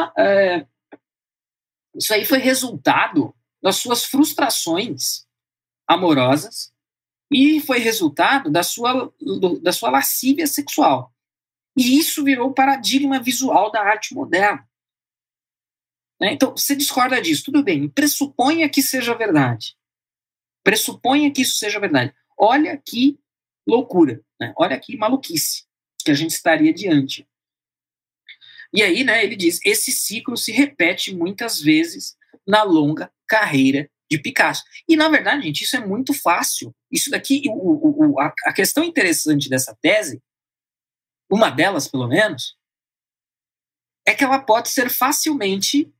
isso aí foi resultado das suas frustrações amorosas e foi resultado da sua lascívia sexual. E isso virou o paradigma visual da arte moderna. Né? Então, você discorda disso, tudo bem, pressuponha que seja verdade. Pressuponha que isso seja verdade. Olha que loucura, né? Olha que maluquice que a gente estaria diante. E aí, né, ele diz, esse ciclo se repete muitas vezes na longa carreira de Picasso. E, na verdade, gente, isso é muito fácil. Isso daqui, a questão interessante dessa tese, uma delas, pelo menos, é que ela pode ser facilmente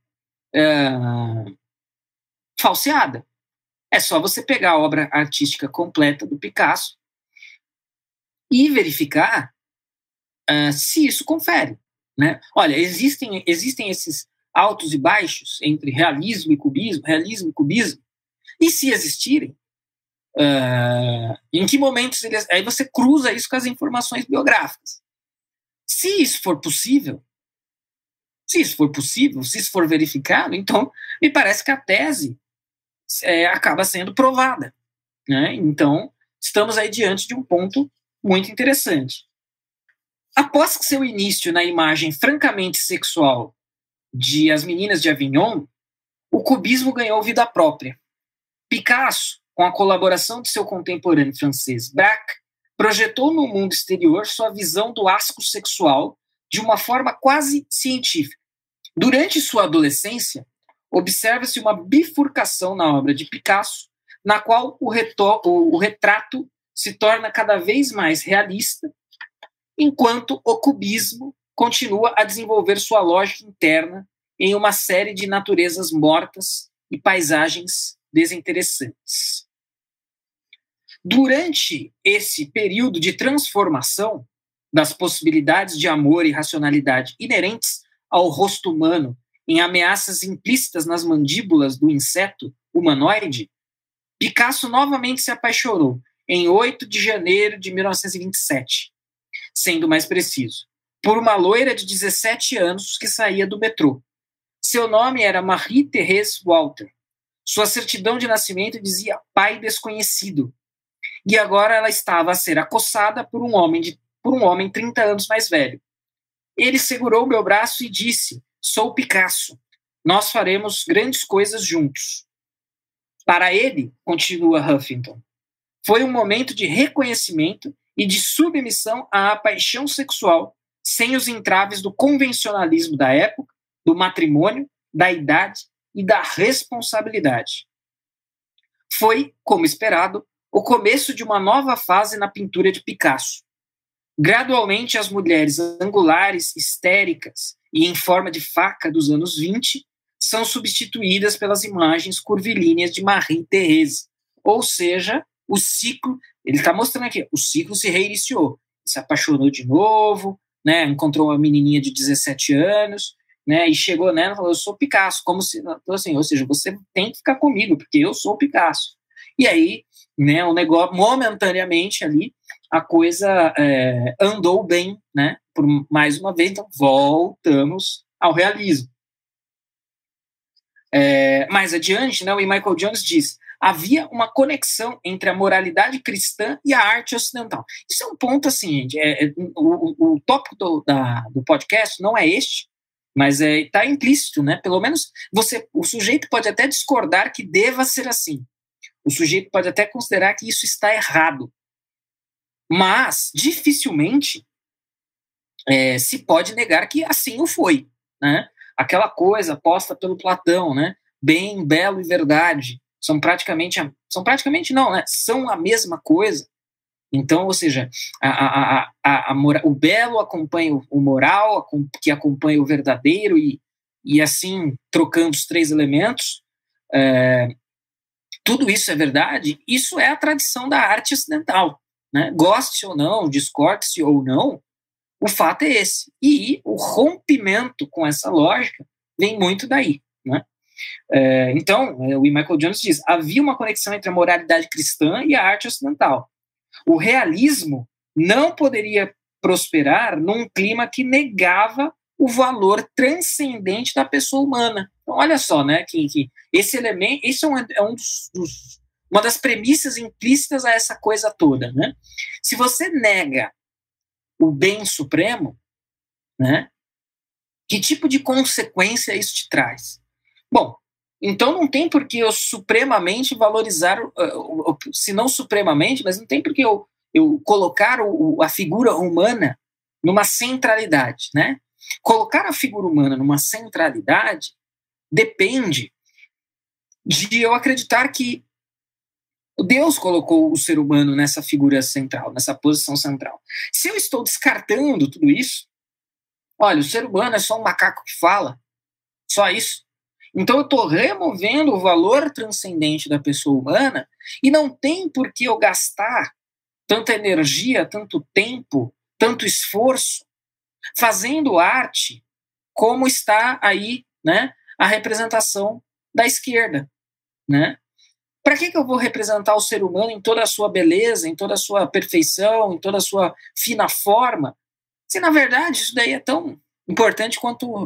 falseada. É só você pegar a obra artística completa do Picasso e verificar se isso confere. Né? Olha, existem esses altos e baixos entre realismo e cubismo, e se existirem, em que momentos eles... Aí você cruza isso com as informações biográficas. Se isso for possível, se isso for verificado, então me parece que a tese acaba sendo provada. Né? Então, estamos aí diante de um ponto muito interessante. Após seu início na imagem francamente sexual de As Meninas de Avignon, o cubismo ganhou vida própria. Picasso, com a colaboração de seu contemporâneo francês Braque, projetou no mundo exterior sua visão do asco sexual de uma forma quase científica. Durante sua adolescência, observa-se uma bifurcação na obra de Picasso, na qual o retrato se torna cada vez mais realista, enquanto o cubismo continua a desenvolver sua lógica interna em uma série de naturezas mortas e paisagens desinteressantes. Durante esse período de transformação das possibilidades de amor e racionalidade inerentes ao rosto humano em ameaças implícitas nas mandíbulas do inseto humanoide, Picasso novamente se apaixonou em 8 de janeiro de 1927, sendo mais preciso, por uma loira de 17 anos que saía do metrô. Seu nome era Marie-Thérèse Walter. Sua certidão de nascimento dizia pai desconhecido. E agora ela estava a ser acossada por um homem 30 anos mais velho. Ele segurou meu braço e disse: sou Picasso. Nós faremos grandes coisas juntos. Para ele, continua Huffington, foi um momento de reconhecimento e de submissão à paixão sexual, sem os entraves do convencionalismo da época, do matrimônio, da idade e da responsabilidade. Foi, como esperado, o começo de uma nova fase na pintura de Picasso. Gradualmente, as mulheres angulares, histéricas e em forma de faca dos anos 20 são substituídas pelas imagens curvilíneas de Marie-Thérèse. Ou seja, o ciclo, ele está mostrando aqui, o ciclo se reiniciou. Se apaixonou de novo, né, encontrou uma menininha de 17 anos, né, e chegou nela e falou: eu sou Picasso, como se, assim, ou seja, você tem que ficar comigo, porque eu sou Picasso. E aí, né, o negócio, momentaneamente ali, a coisa andou bem, né, por mais uma vez, então voltamos ao realismo. Mais adiante, né, o Michael Jones diz: havia uma conexão entre a moralidade cristã e a arte ocidental. Isso é um ponto, assim, gente, o tópico do podcast não é este, mas está implícito, né? Pelo menos o sujeito pode até discordar que deva ser assim. O sujeito pode até considerar que isso está errado. Mas, dificilmente, se pode negar que assim o foi, né? Aquela coisa posta pelo Platão, né? Bem, belo e verdade são praticamente não, né? São a mesma coisa. Então, ou seja, o belo acompanha o moral, que acompanha o verdadeiro, e assim, trocando os 3 elementos, tudo isso é verdade. Isso é a tradição da arte ocidental, né? Goste ou não, discorde-se ou não, o fato é esse. E o rompimento com essa lógica vem muito daí, né? Então, o Michael Jones diz: havia uma conexão entre a moralidade cristã e a arte ocidental. O realismo não poderia prosperar num clima que negava o valor transcendente da pessoa humana. Então, olha só, né, que esse elemento, isso uma das premissas implícitas a essa coisa toda, né? Se você nega o bem supremo, né, que tipo de consequência isso te traz? Bom, então não tem por que eu supremamente valorizar, se não supremamente, mas não tem por que eu colocar a figura humana numa centralidade, né? Colocar a figura humana numa centralidade depende de eu acreditar que Deus colocou o ser humano nessa figura central, nessa posição central. Se eu estou descartando tudo isso, olha, o ser humano é só um macaco que fala, só isso. Então eu estou removendo o valor transcendente da pessoa humana e não tem por que eu gastar tanta energia, tanto tempo, tanto esforço fazendo arte como está aí, né, a representação da esquerda, né? Para que eu vou representar o ser humano em toda a sua beleza, em toda a sua perfeição, em toda a sua fina forma, se na verdade isso daí é tão importante quanto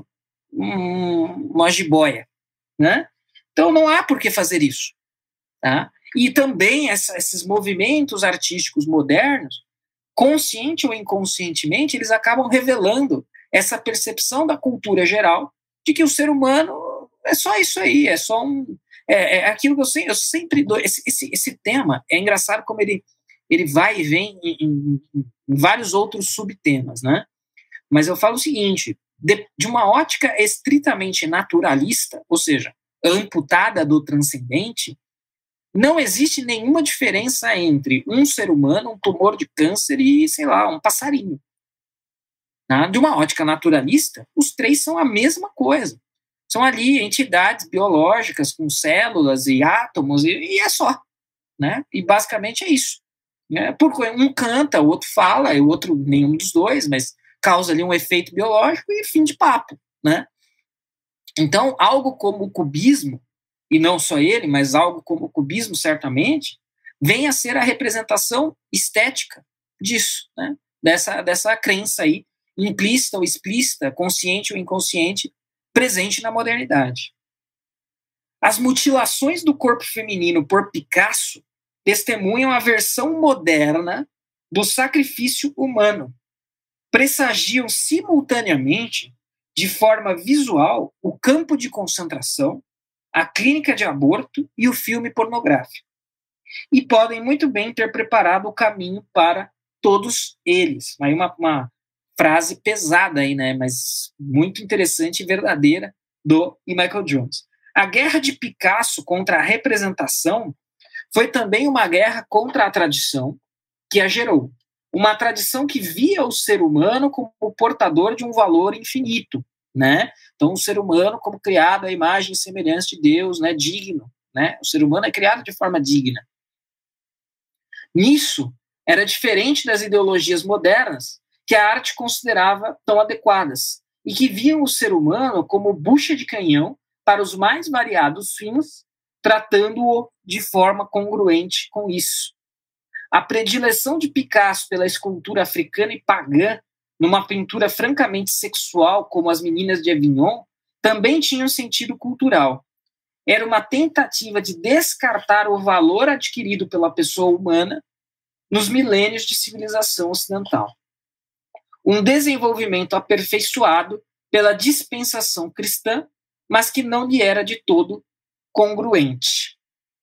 uma jiboia, né? Então não há por que fazer isso, tá? E também esses movimentos artísticos modernos, consciente ou inconscientemente, eles acabam revelando essa percepção da cultura geral de que o ser humano é só isso aí, é só é aquilo que eu sempre dou. Esse tema é engraçado como ele vai e vem em vários outros subtemas, né? Mas eu falo o seguinte, de uma ótica estritamente naturalista, ou seja, amputada do transcendente, não existe nenhuma diferença entre um ser humano, um tumor de câncer e, sei lá, um passarinho. Tá? De uma ótica naturalista, os três são a mesma coisa. São ali entidades biológicas com células e átomos, e é só. Né? E basicamente é isso. Né? Porque um canta, o outro fala, e o outro nenhum dos dois, mas causa ali um efeito biológico e fim de papo. Né? Então, algo como o cubismo, e não só ele, mas algo como o cubismo, certamente, vem a ser a representação estética disso, né? dessa crença aí, implícita ou explícita, consciente ou inconsciente, presente na modernidade. As mutilações do corpo feminino por Picasso testemunham a versão moderna do sacrifício humano. Pressagiam simultaneamente, de forma visual, o campo de concentração, a clínica de aborto e o filme pornográfico. E podem muito bem ter preparado o caminho para todos eles. Aí uma frase pesada aí, né? Mas muito interessante e verdadeira do Michael Jones. A guerra de Picasso contra a representação foi também uma guerra contra a tradição que a gerou. Uma tradição que via o ser humano como o portador de um valor infinito, né? Então, o ser humano como criado à imagem e semelhança de Deus, né? Digno, né? O ser humano é criado de forma digna. Nisso, era diferente das ideologias modernas que a arte considerava tão adequadas e que viam o ser humano como bucha de canhão para os mais variados fins, tratando-o de forma congruente com isso. A predileção de Picasso pela escultura africana e pagã, numa pintura francamente sexual como As Meninas de Avignon, também tinha um sentido cultural. Era uma tentativa de descartar o valor adquirido pela pessoa humana nos milênios de civilização ocidental. Um desenvolvimento aperfeiçoado pela dispensação cristã, mas que não lhe era de todo congruente.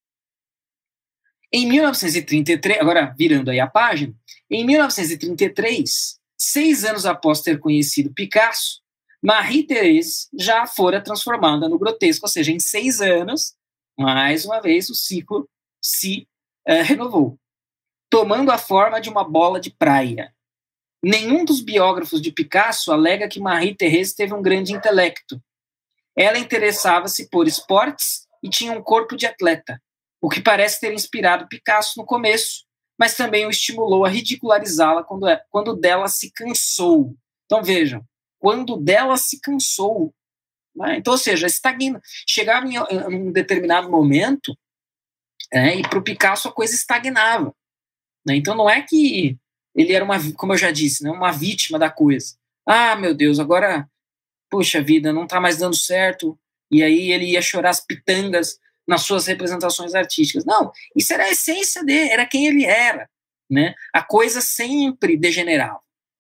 Em 1933, agora virando aí a página, em 1933, 6 anos após ter conhecido Picasso, Marie-Thérèse já fora transformada no grotesco, ou seja, em 6 anos, mais uma vez, o ciclo se renovou, tomando a forma de uma bola de praia. Nenhum dos biógrafos de Picasso alega que Marie-Thérèse teve um grande intelecto. Ela interessava-se por esportes e tinha um corpo de atleta, o que parece ter inspirado Picasso no começo, mas também o estimulou a ridicularizá-la quando dela se cansou. Então vejam, quando dela se cansou. Né? Então, ou seja, chegava em um determinado momento, e para o Picasso a coisa estagnava. Né? Então não é que ele era como eu já disse, né, uma vítima da coisa. Ah, meu Deus, agora, poxa vida, não está mais dando certo, e aí ele ia chorar as pitangas nas suas representações artísticas. Não, isso era a essência dele, era quem ele era. Né? A coisa sempre degenerava.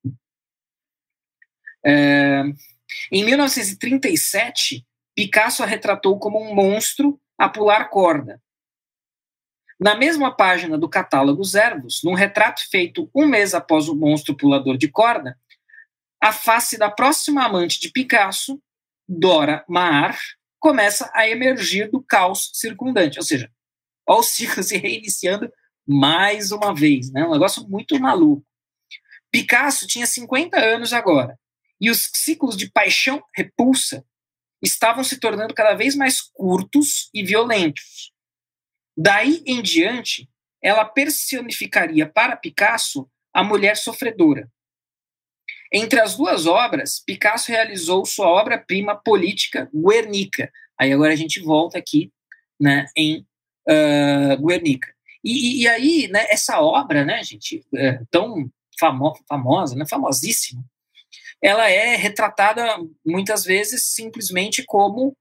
Em 1937, Picasso a retratou como um monstro a pular corda. Na mesma página do catálogo Servos, num retrato feito 1 mês após o monstro pulador de corda, a face da próxima amante de Picasso, Dora Maar, começa a emergir do caos circundante, ou seja, olha o ciclo se reiniciando mais uma vez, né? Um negócio muito maluco. Picasso tinha 50 anos agora, e os ciclos de paixão-repulsa estavam se tornando cada vez mais curtos e violentos. Daí em diante, ela personificaria para Picasso a mulher sofredora. Entre as duas obras, Picasso realizou sua obra-prima política, Guernica. Aí agora a gente volta aqui, né, em Guernica. E aí, né, essa obra, né, gente, tão famosa, né, famosíssima, ela é retratada muitas vezes simplesmente como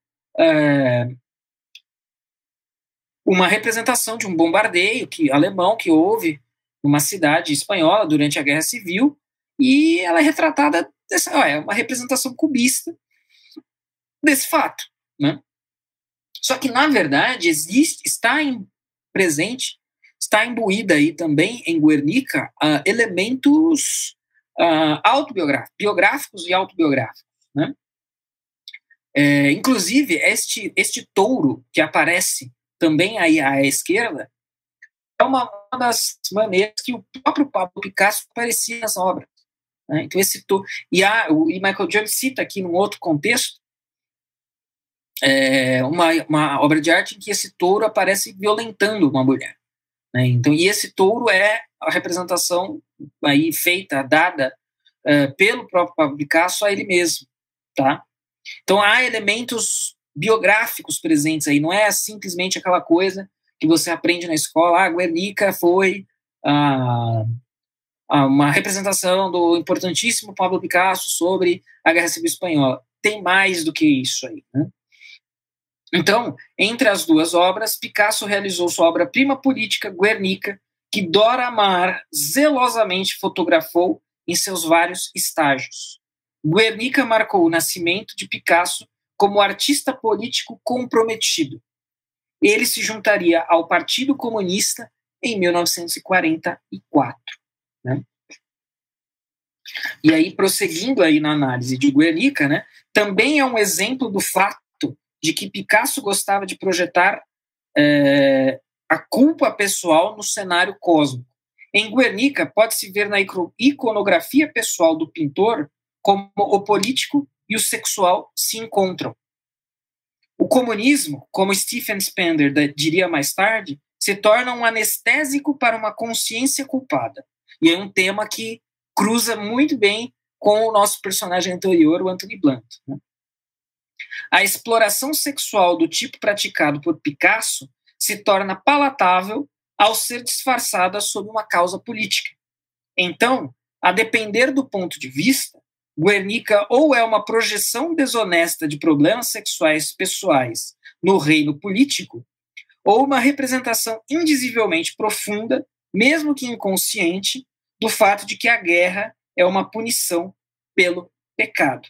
uma representação de um bombardeio alemão que houve numa cidade espanhola durante a Guerra Civil, e ela é retratada é uma representação cubista desse fato, né? Só que, na verdade, está imbuída aí também em Guernica elementos biográficos e autobiográficos, né? Inclusive, este touro que aparece também aí à esquerda é uma das maneiras que o próprio Pablo Picasso aparecia nas obras, né? Então, esse touro. E Michael Jones cita aqui, num outro contexto, uma obra de arte em que esse touro aparece violentando uma mulher, né? Então, e esse touro é a representação aí dada pelo próprio Pablo Picasso a ele mesmo, tá? Então, há elementos biográficos presentes aí, não é simplesmente aquela coisa que você aprende na escola, Guernica foi uma representação do importantíssimo Pablo Picasso sobre a Guerra Civil Espanhola. Tem mais do que isso aí, né? Então, entre as duas obras, Picasso realizou sua obra-prima política, Guernica, que Dora Maar zelosamente fotografou em seus vários estágios. Guernica marcou o nascimento de Picasso como artista político comprometido. Ele se juntaria ao Partido Comunista em 1944. Né? E aí, prosseguindo aí na análise de Guernica, né, também é um exemplo do fato de que Picasso gostava de projetar a culpa pessoal no cenário cósmico. Em Guernica, pode-se ver na iconografia pessoal do pintor como o político e o sexual se encontram. O comunismo, como Stephen Spender diria mais tarde, se torna um anestésico para uma consciência culpada. E é um tema que cruza muito bem com o nosso personagem anterior, o Anthony Blunt, né? A exploração sexual do tipo praticado por Picasso se torna palatável ao ser disfarçada sob uma causa política. Então, a depender do ponto de vista, Guernica ou é uma projeção desonesta de problemas sexuais pessoais no reino político, ou uma representação indizivelmente profunda, mesmo que inconsciente, do fato de que a guerra é uma punição pelo pecado.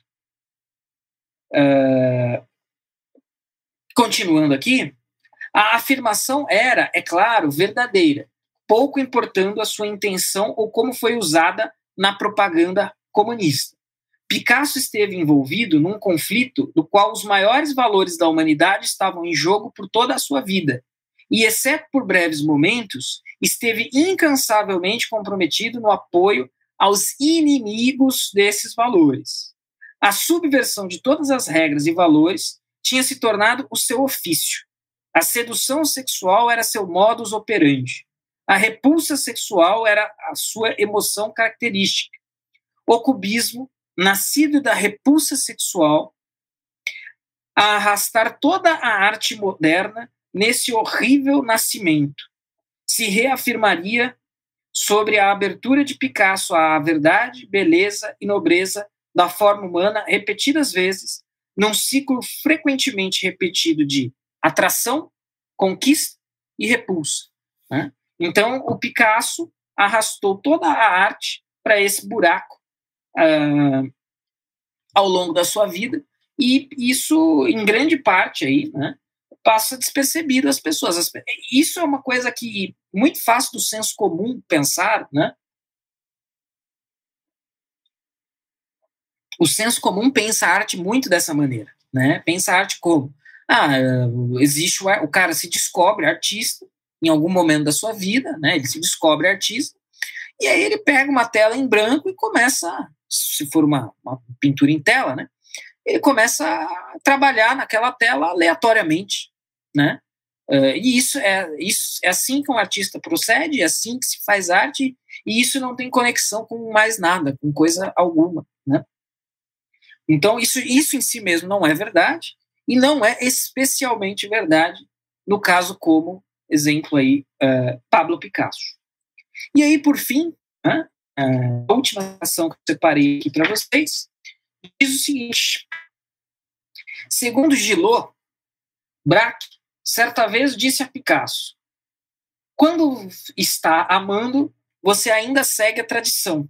Continuando aqui, a afirmação era, é claro, verdadeira, pouco importando a sua intenção ou como foi usada na propaganda comunista. Picasso esteve envolvido num conflito do qual os maiores valores da humanidade estavam em jogo por toda a sua vida, e, exceto por breves momentos, esteve incansavelmente comprometido no apoio aos inimigos desses valores. A subversão de todas as regras e valores tinha se tornado o seu ofício. A sedução sexual era seu modus operandi. A repulsa sexual era a sua emoção característica. O cubismo, nascido da repulsa sexual, a arrastar toda a arte moderna nesse horrível nascimento, se reafirmaria sobre a abertura de Picasso à verdade, beleza e nobreza da forma humana repetidas vezes, num ciclo frequentemente repetido de atração, conquista e repulsa, né? Então, o Picasso arrastou toda a arte para esse buraco ao longo da sua vida, e isso, em grande parte, aí, né, passa despercebido às pessoas. Isso é uma coisa que muito fácil do senso comum pensar, né? O senso comum pensa a arte muito dessa maneira, né? Pensa a arte como Existe o cara se descobre artista em algum momento da sua vida, né? Ele se descobre artista, e aí ele pega uma tela em branco e começa, se for uma pintura em tela, né? Ele começa a trabalhar naquela tela aleatoriamente, né? E isso é assim que um artista procede, é assim que se faz arte, e isso não tem conexão com mais nada, com coisa alguma, né? Então, isso em si mesmo não é verdade, e não é especialmente verdade no caso como exemplo aí, Pablo Picasso. E aí, por fim, né, a última ação que eu separei aqui para vocês diz o seguinte: segundo Gilot, Braque certa vez disse a Picasso: quando está amando, você ainda segue a tradição.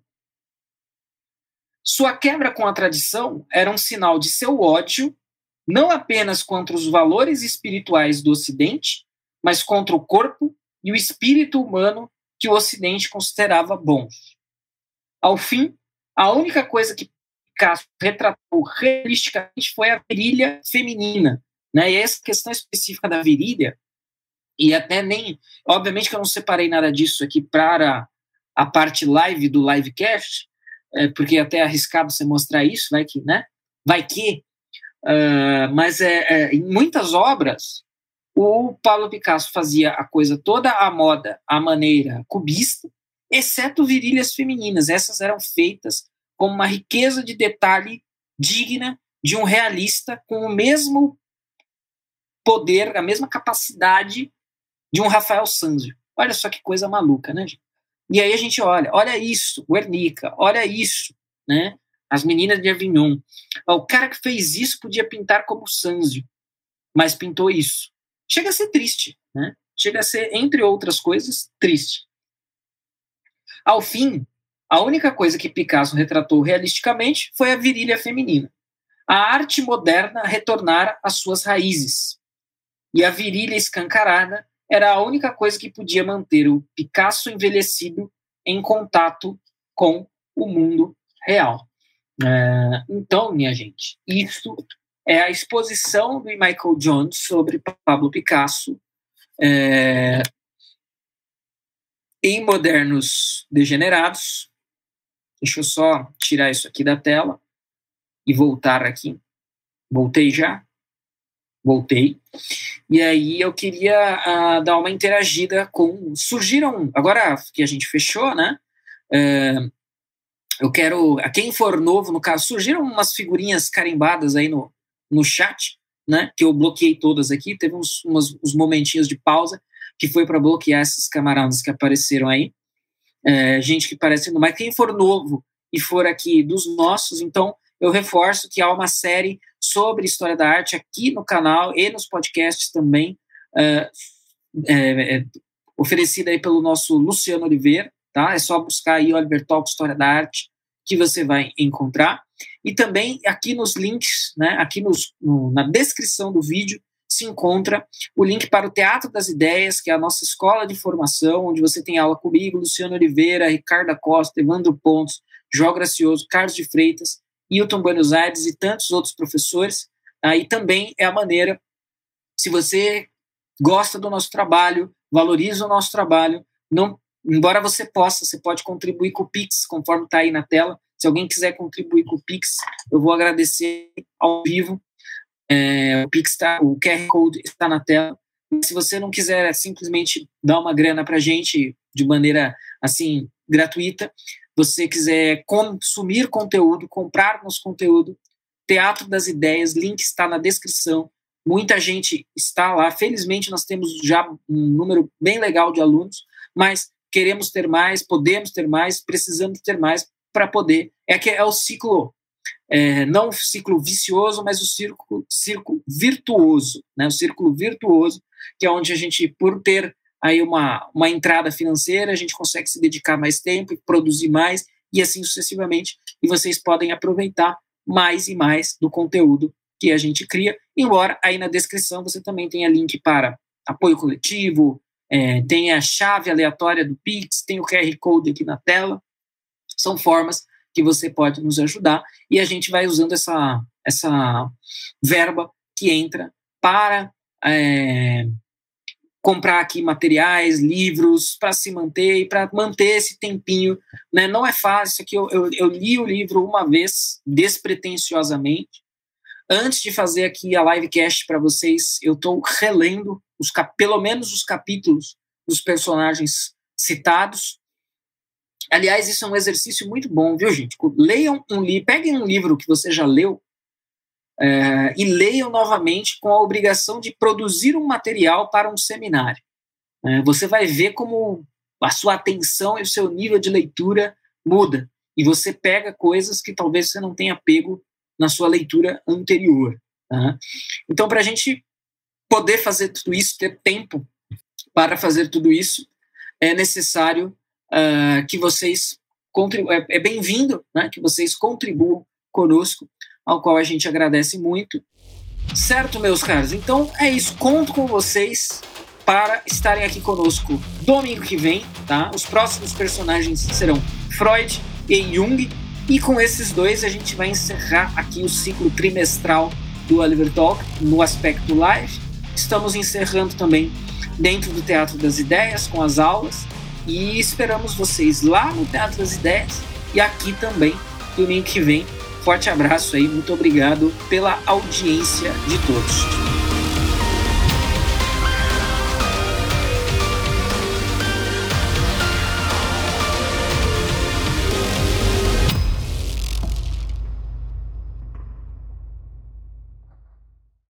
Sua quebra com a tradição era um sinal de seu ódio, não apenas contra os valores espirituais do Ocidente, mas contra o corpo e o espírito humano que o Ocidente considerava bons. Ao fim, a única coisa que Picasso retratou realisticamente foi a virilha feminina, né? E essa questão específica da virilha, e até nem, obviamente que eu não separei nada disso aqui para a parte live do livecast, porque é até arriscado você mostrar isso, vai que, né? Vai que, mas em muitas obras o Pablo Picasso fazia a coisa toda à moda, à maneira cubista, exceto virilhas femininas. Essas eram feitas com uma riqueza de detalhe digna de um realista com o mesmo poder, a mesma capacidade de um Rafael Sanzio. Olha só que coisa maluca, né, gente? E aí a gente olha isso, Guernica, olha isso, né? As Meninas de Avignon. O cara que fez isso podia pintar como Sanzio, mas pintou isso. Chega a ser triste, né? Chega a ser, entre outras coisas, triste. Ao fim, a única coisa que Picasso retratou realisticamente foi a virilha feminina. A arte moderna retornara às suas raízes. E a virilha escancarada era a única coisa que podia manter o Picasso envelhecido em contato com o mundo real. Então, minha gente, isso é a exposição do Michael Jones sobre Pablo Picasso em Modernos Degenerados. Deixa eu só tirar isso aqui da tela e voltar aqui. Voltei já? Voltei. E aí eu queria dar uma interagida com... Surgiram, agora que a gente fechou, né? Eu quero... A quem for novo, no caso, surgiram umas figurinhas carimbadas aí no chat, né? Que eu bloqueei todas aqui. Teve uns momentinhos de pausa que foi para bloquear esses camaradas que apareceram aí. Gente que parece... Mas quem for novo e for aqui dos nossos, então eu reforço que há uma série sobre história da arte aqui no canal e nos podcasts também, oferecida aí pelo nosso Luciano Oliveira, tá? É só buscar aí Oliver Talk História da Arte que você vai encontrar. E também aqui nos links, né, aqui na descrição do vídeo, se encontra o link para o Teatro das Ideias, que é a nossa escola de formação, onde você tem aula comigo, Luciano Oliveira, Ricardo Costa, Evandro Pontes, João Gracioso, Carlos de Freitas, Hilton Buenos Aires e tantos outros professores. E também é a maneira, se você gosta do nosso trabalho, valoriza o nosso trabalho, embora você pode contribuir com o Pix, conforme está aí na tela. Se alguém quiser contribuir com o Pix, eu vou agradecer ao vivo. O Pix o QR Code está na tela. Se você não quiser simplesmente dar uma grana para a gente de maneira assim gratuita, você quiser consumir conteúdo, comprar nosso conteúdo, Teatro das Ideias, link está na descrição. Muita gente está lá. Felizmente, nós temos já um número bem legal de alunos, mas queremos ter mais, podemos ter mais, precisamos ter mais para poder. É o ciclo, não o ciclo vicioso, mas o círculo virtuoso, né? O círculo virtuoso, que é onde a gente, por ter aí uma entrada financeira, a gente consegue se dedicar mais tempo e produzir mais, e assim sucessivamente, e vocês podem aproveitar mais e mais do conteúdo que a gente cria, embora aí na descrição você também tenha link para apoio coletivo, tem a chave aleatória do Pix, tem o QR Code aqui na tela, são formas que você pode nos ajudar, e a gente vai usando essa verba que entra para comprar aqui materiais, livros, para se manter e para manter esse tempinho, né? Não é fácil. Aqui eu li o livro uma vez, despretensiosamente. Antes de fazer aqui a livecast para vocês, eu estou relendo pelo menos os capítulos dos personagens citados. Aliás, isso é um exercício muito bom, viu, gente? Leiam peguem um livro que você já leu e leiam novamente com a obrigação de produzir um material para um seminário. Você vai ver como a sua atenção e o seu nível de leitura muda. E você pega coisas que talvez você não tenha pego na sua leitura anterior. Tá? Então, para a gente poder fazer tudo isso, ter tempo para fazer tudo isso, é necessário que vocês contribuam. É bem-vindo, né, que vocês contribuam conosco, ao qual a gente agradece muito. Certo, meus caros? Então, é isso. Conto com vocês para estarem aqui conosco domingo que vem. Tá? Os próximos personagens serão Freud e Jung. E com esses dois a gente vai encerrar aqui o ciclo trimestral do Oliver Talk no aspecto live. Estamos encerrando também dentro do Teatro das Ideias com as aulas e esperamos vocês lá no Teatro das Ideias e aqui também domingo que vem. Forte abraço aí, muito obrigado pela audiência de todos.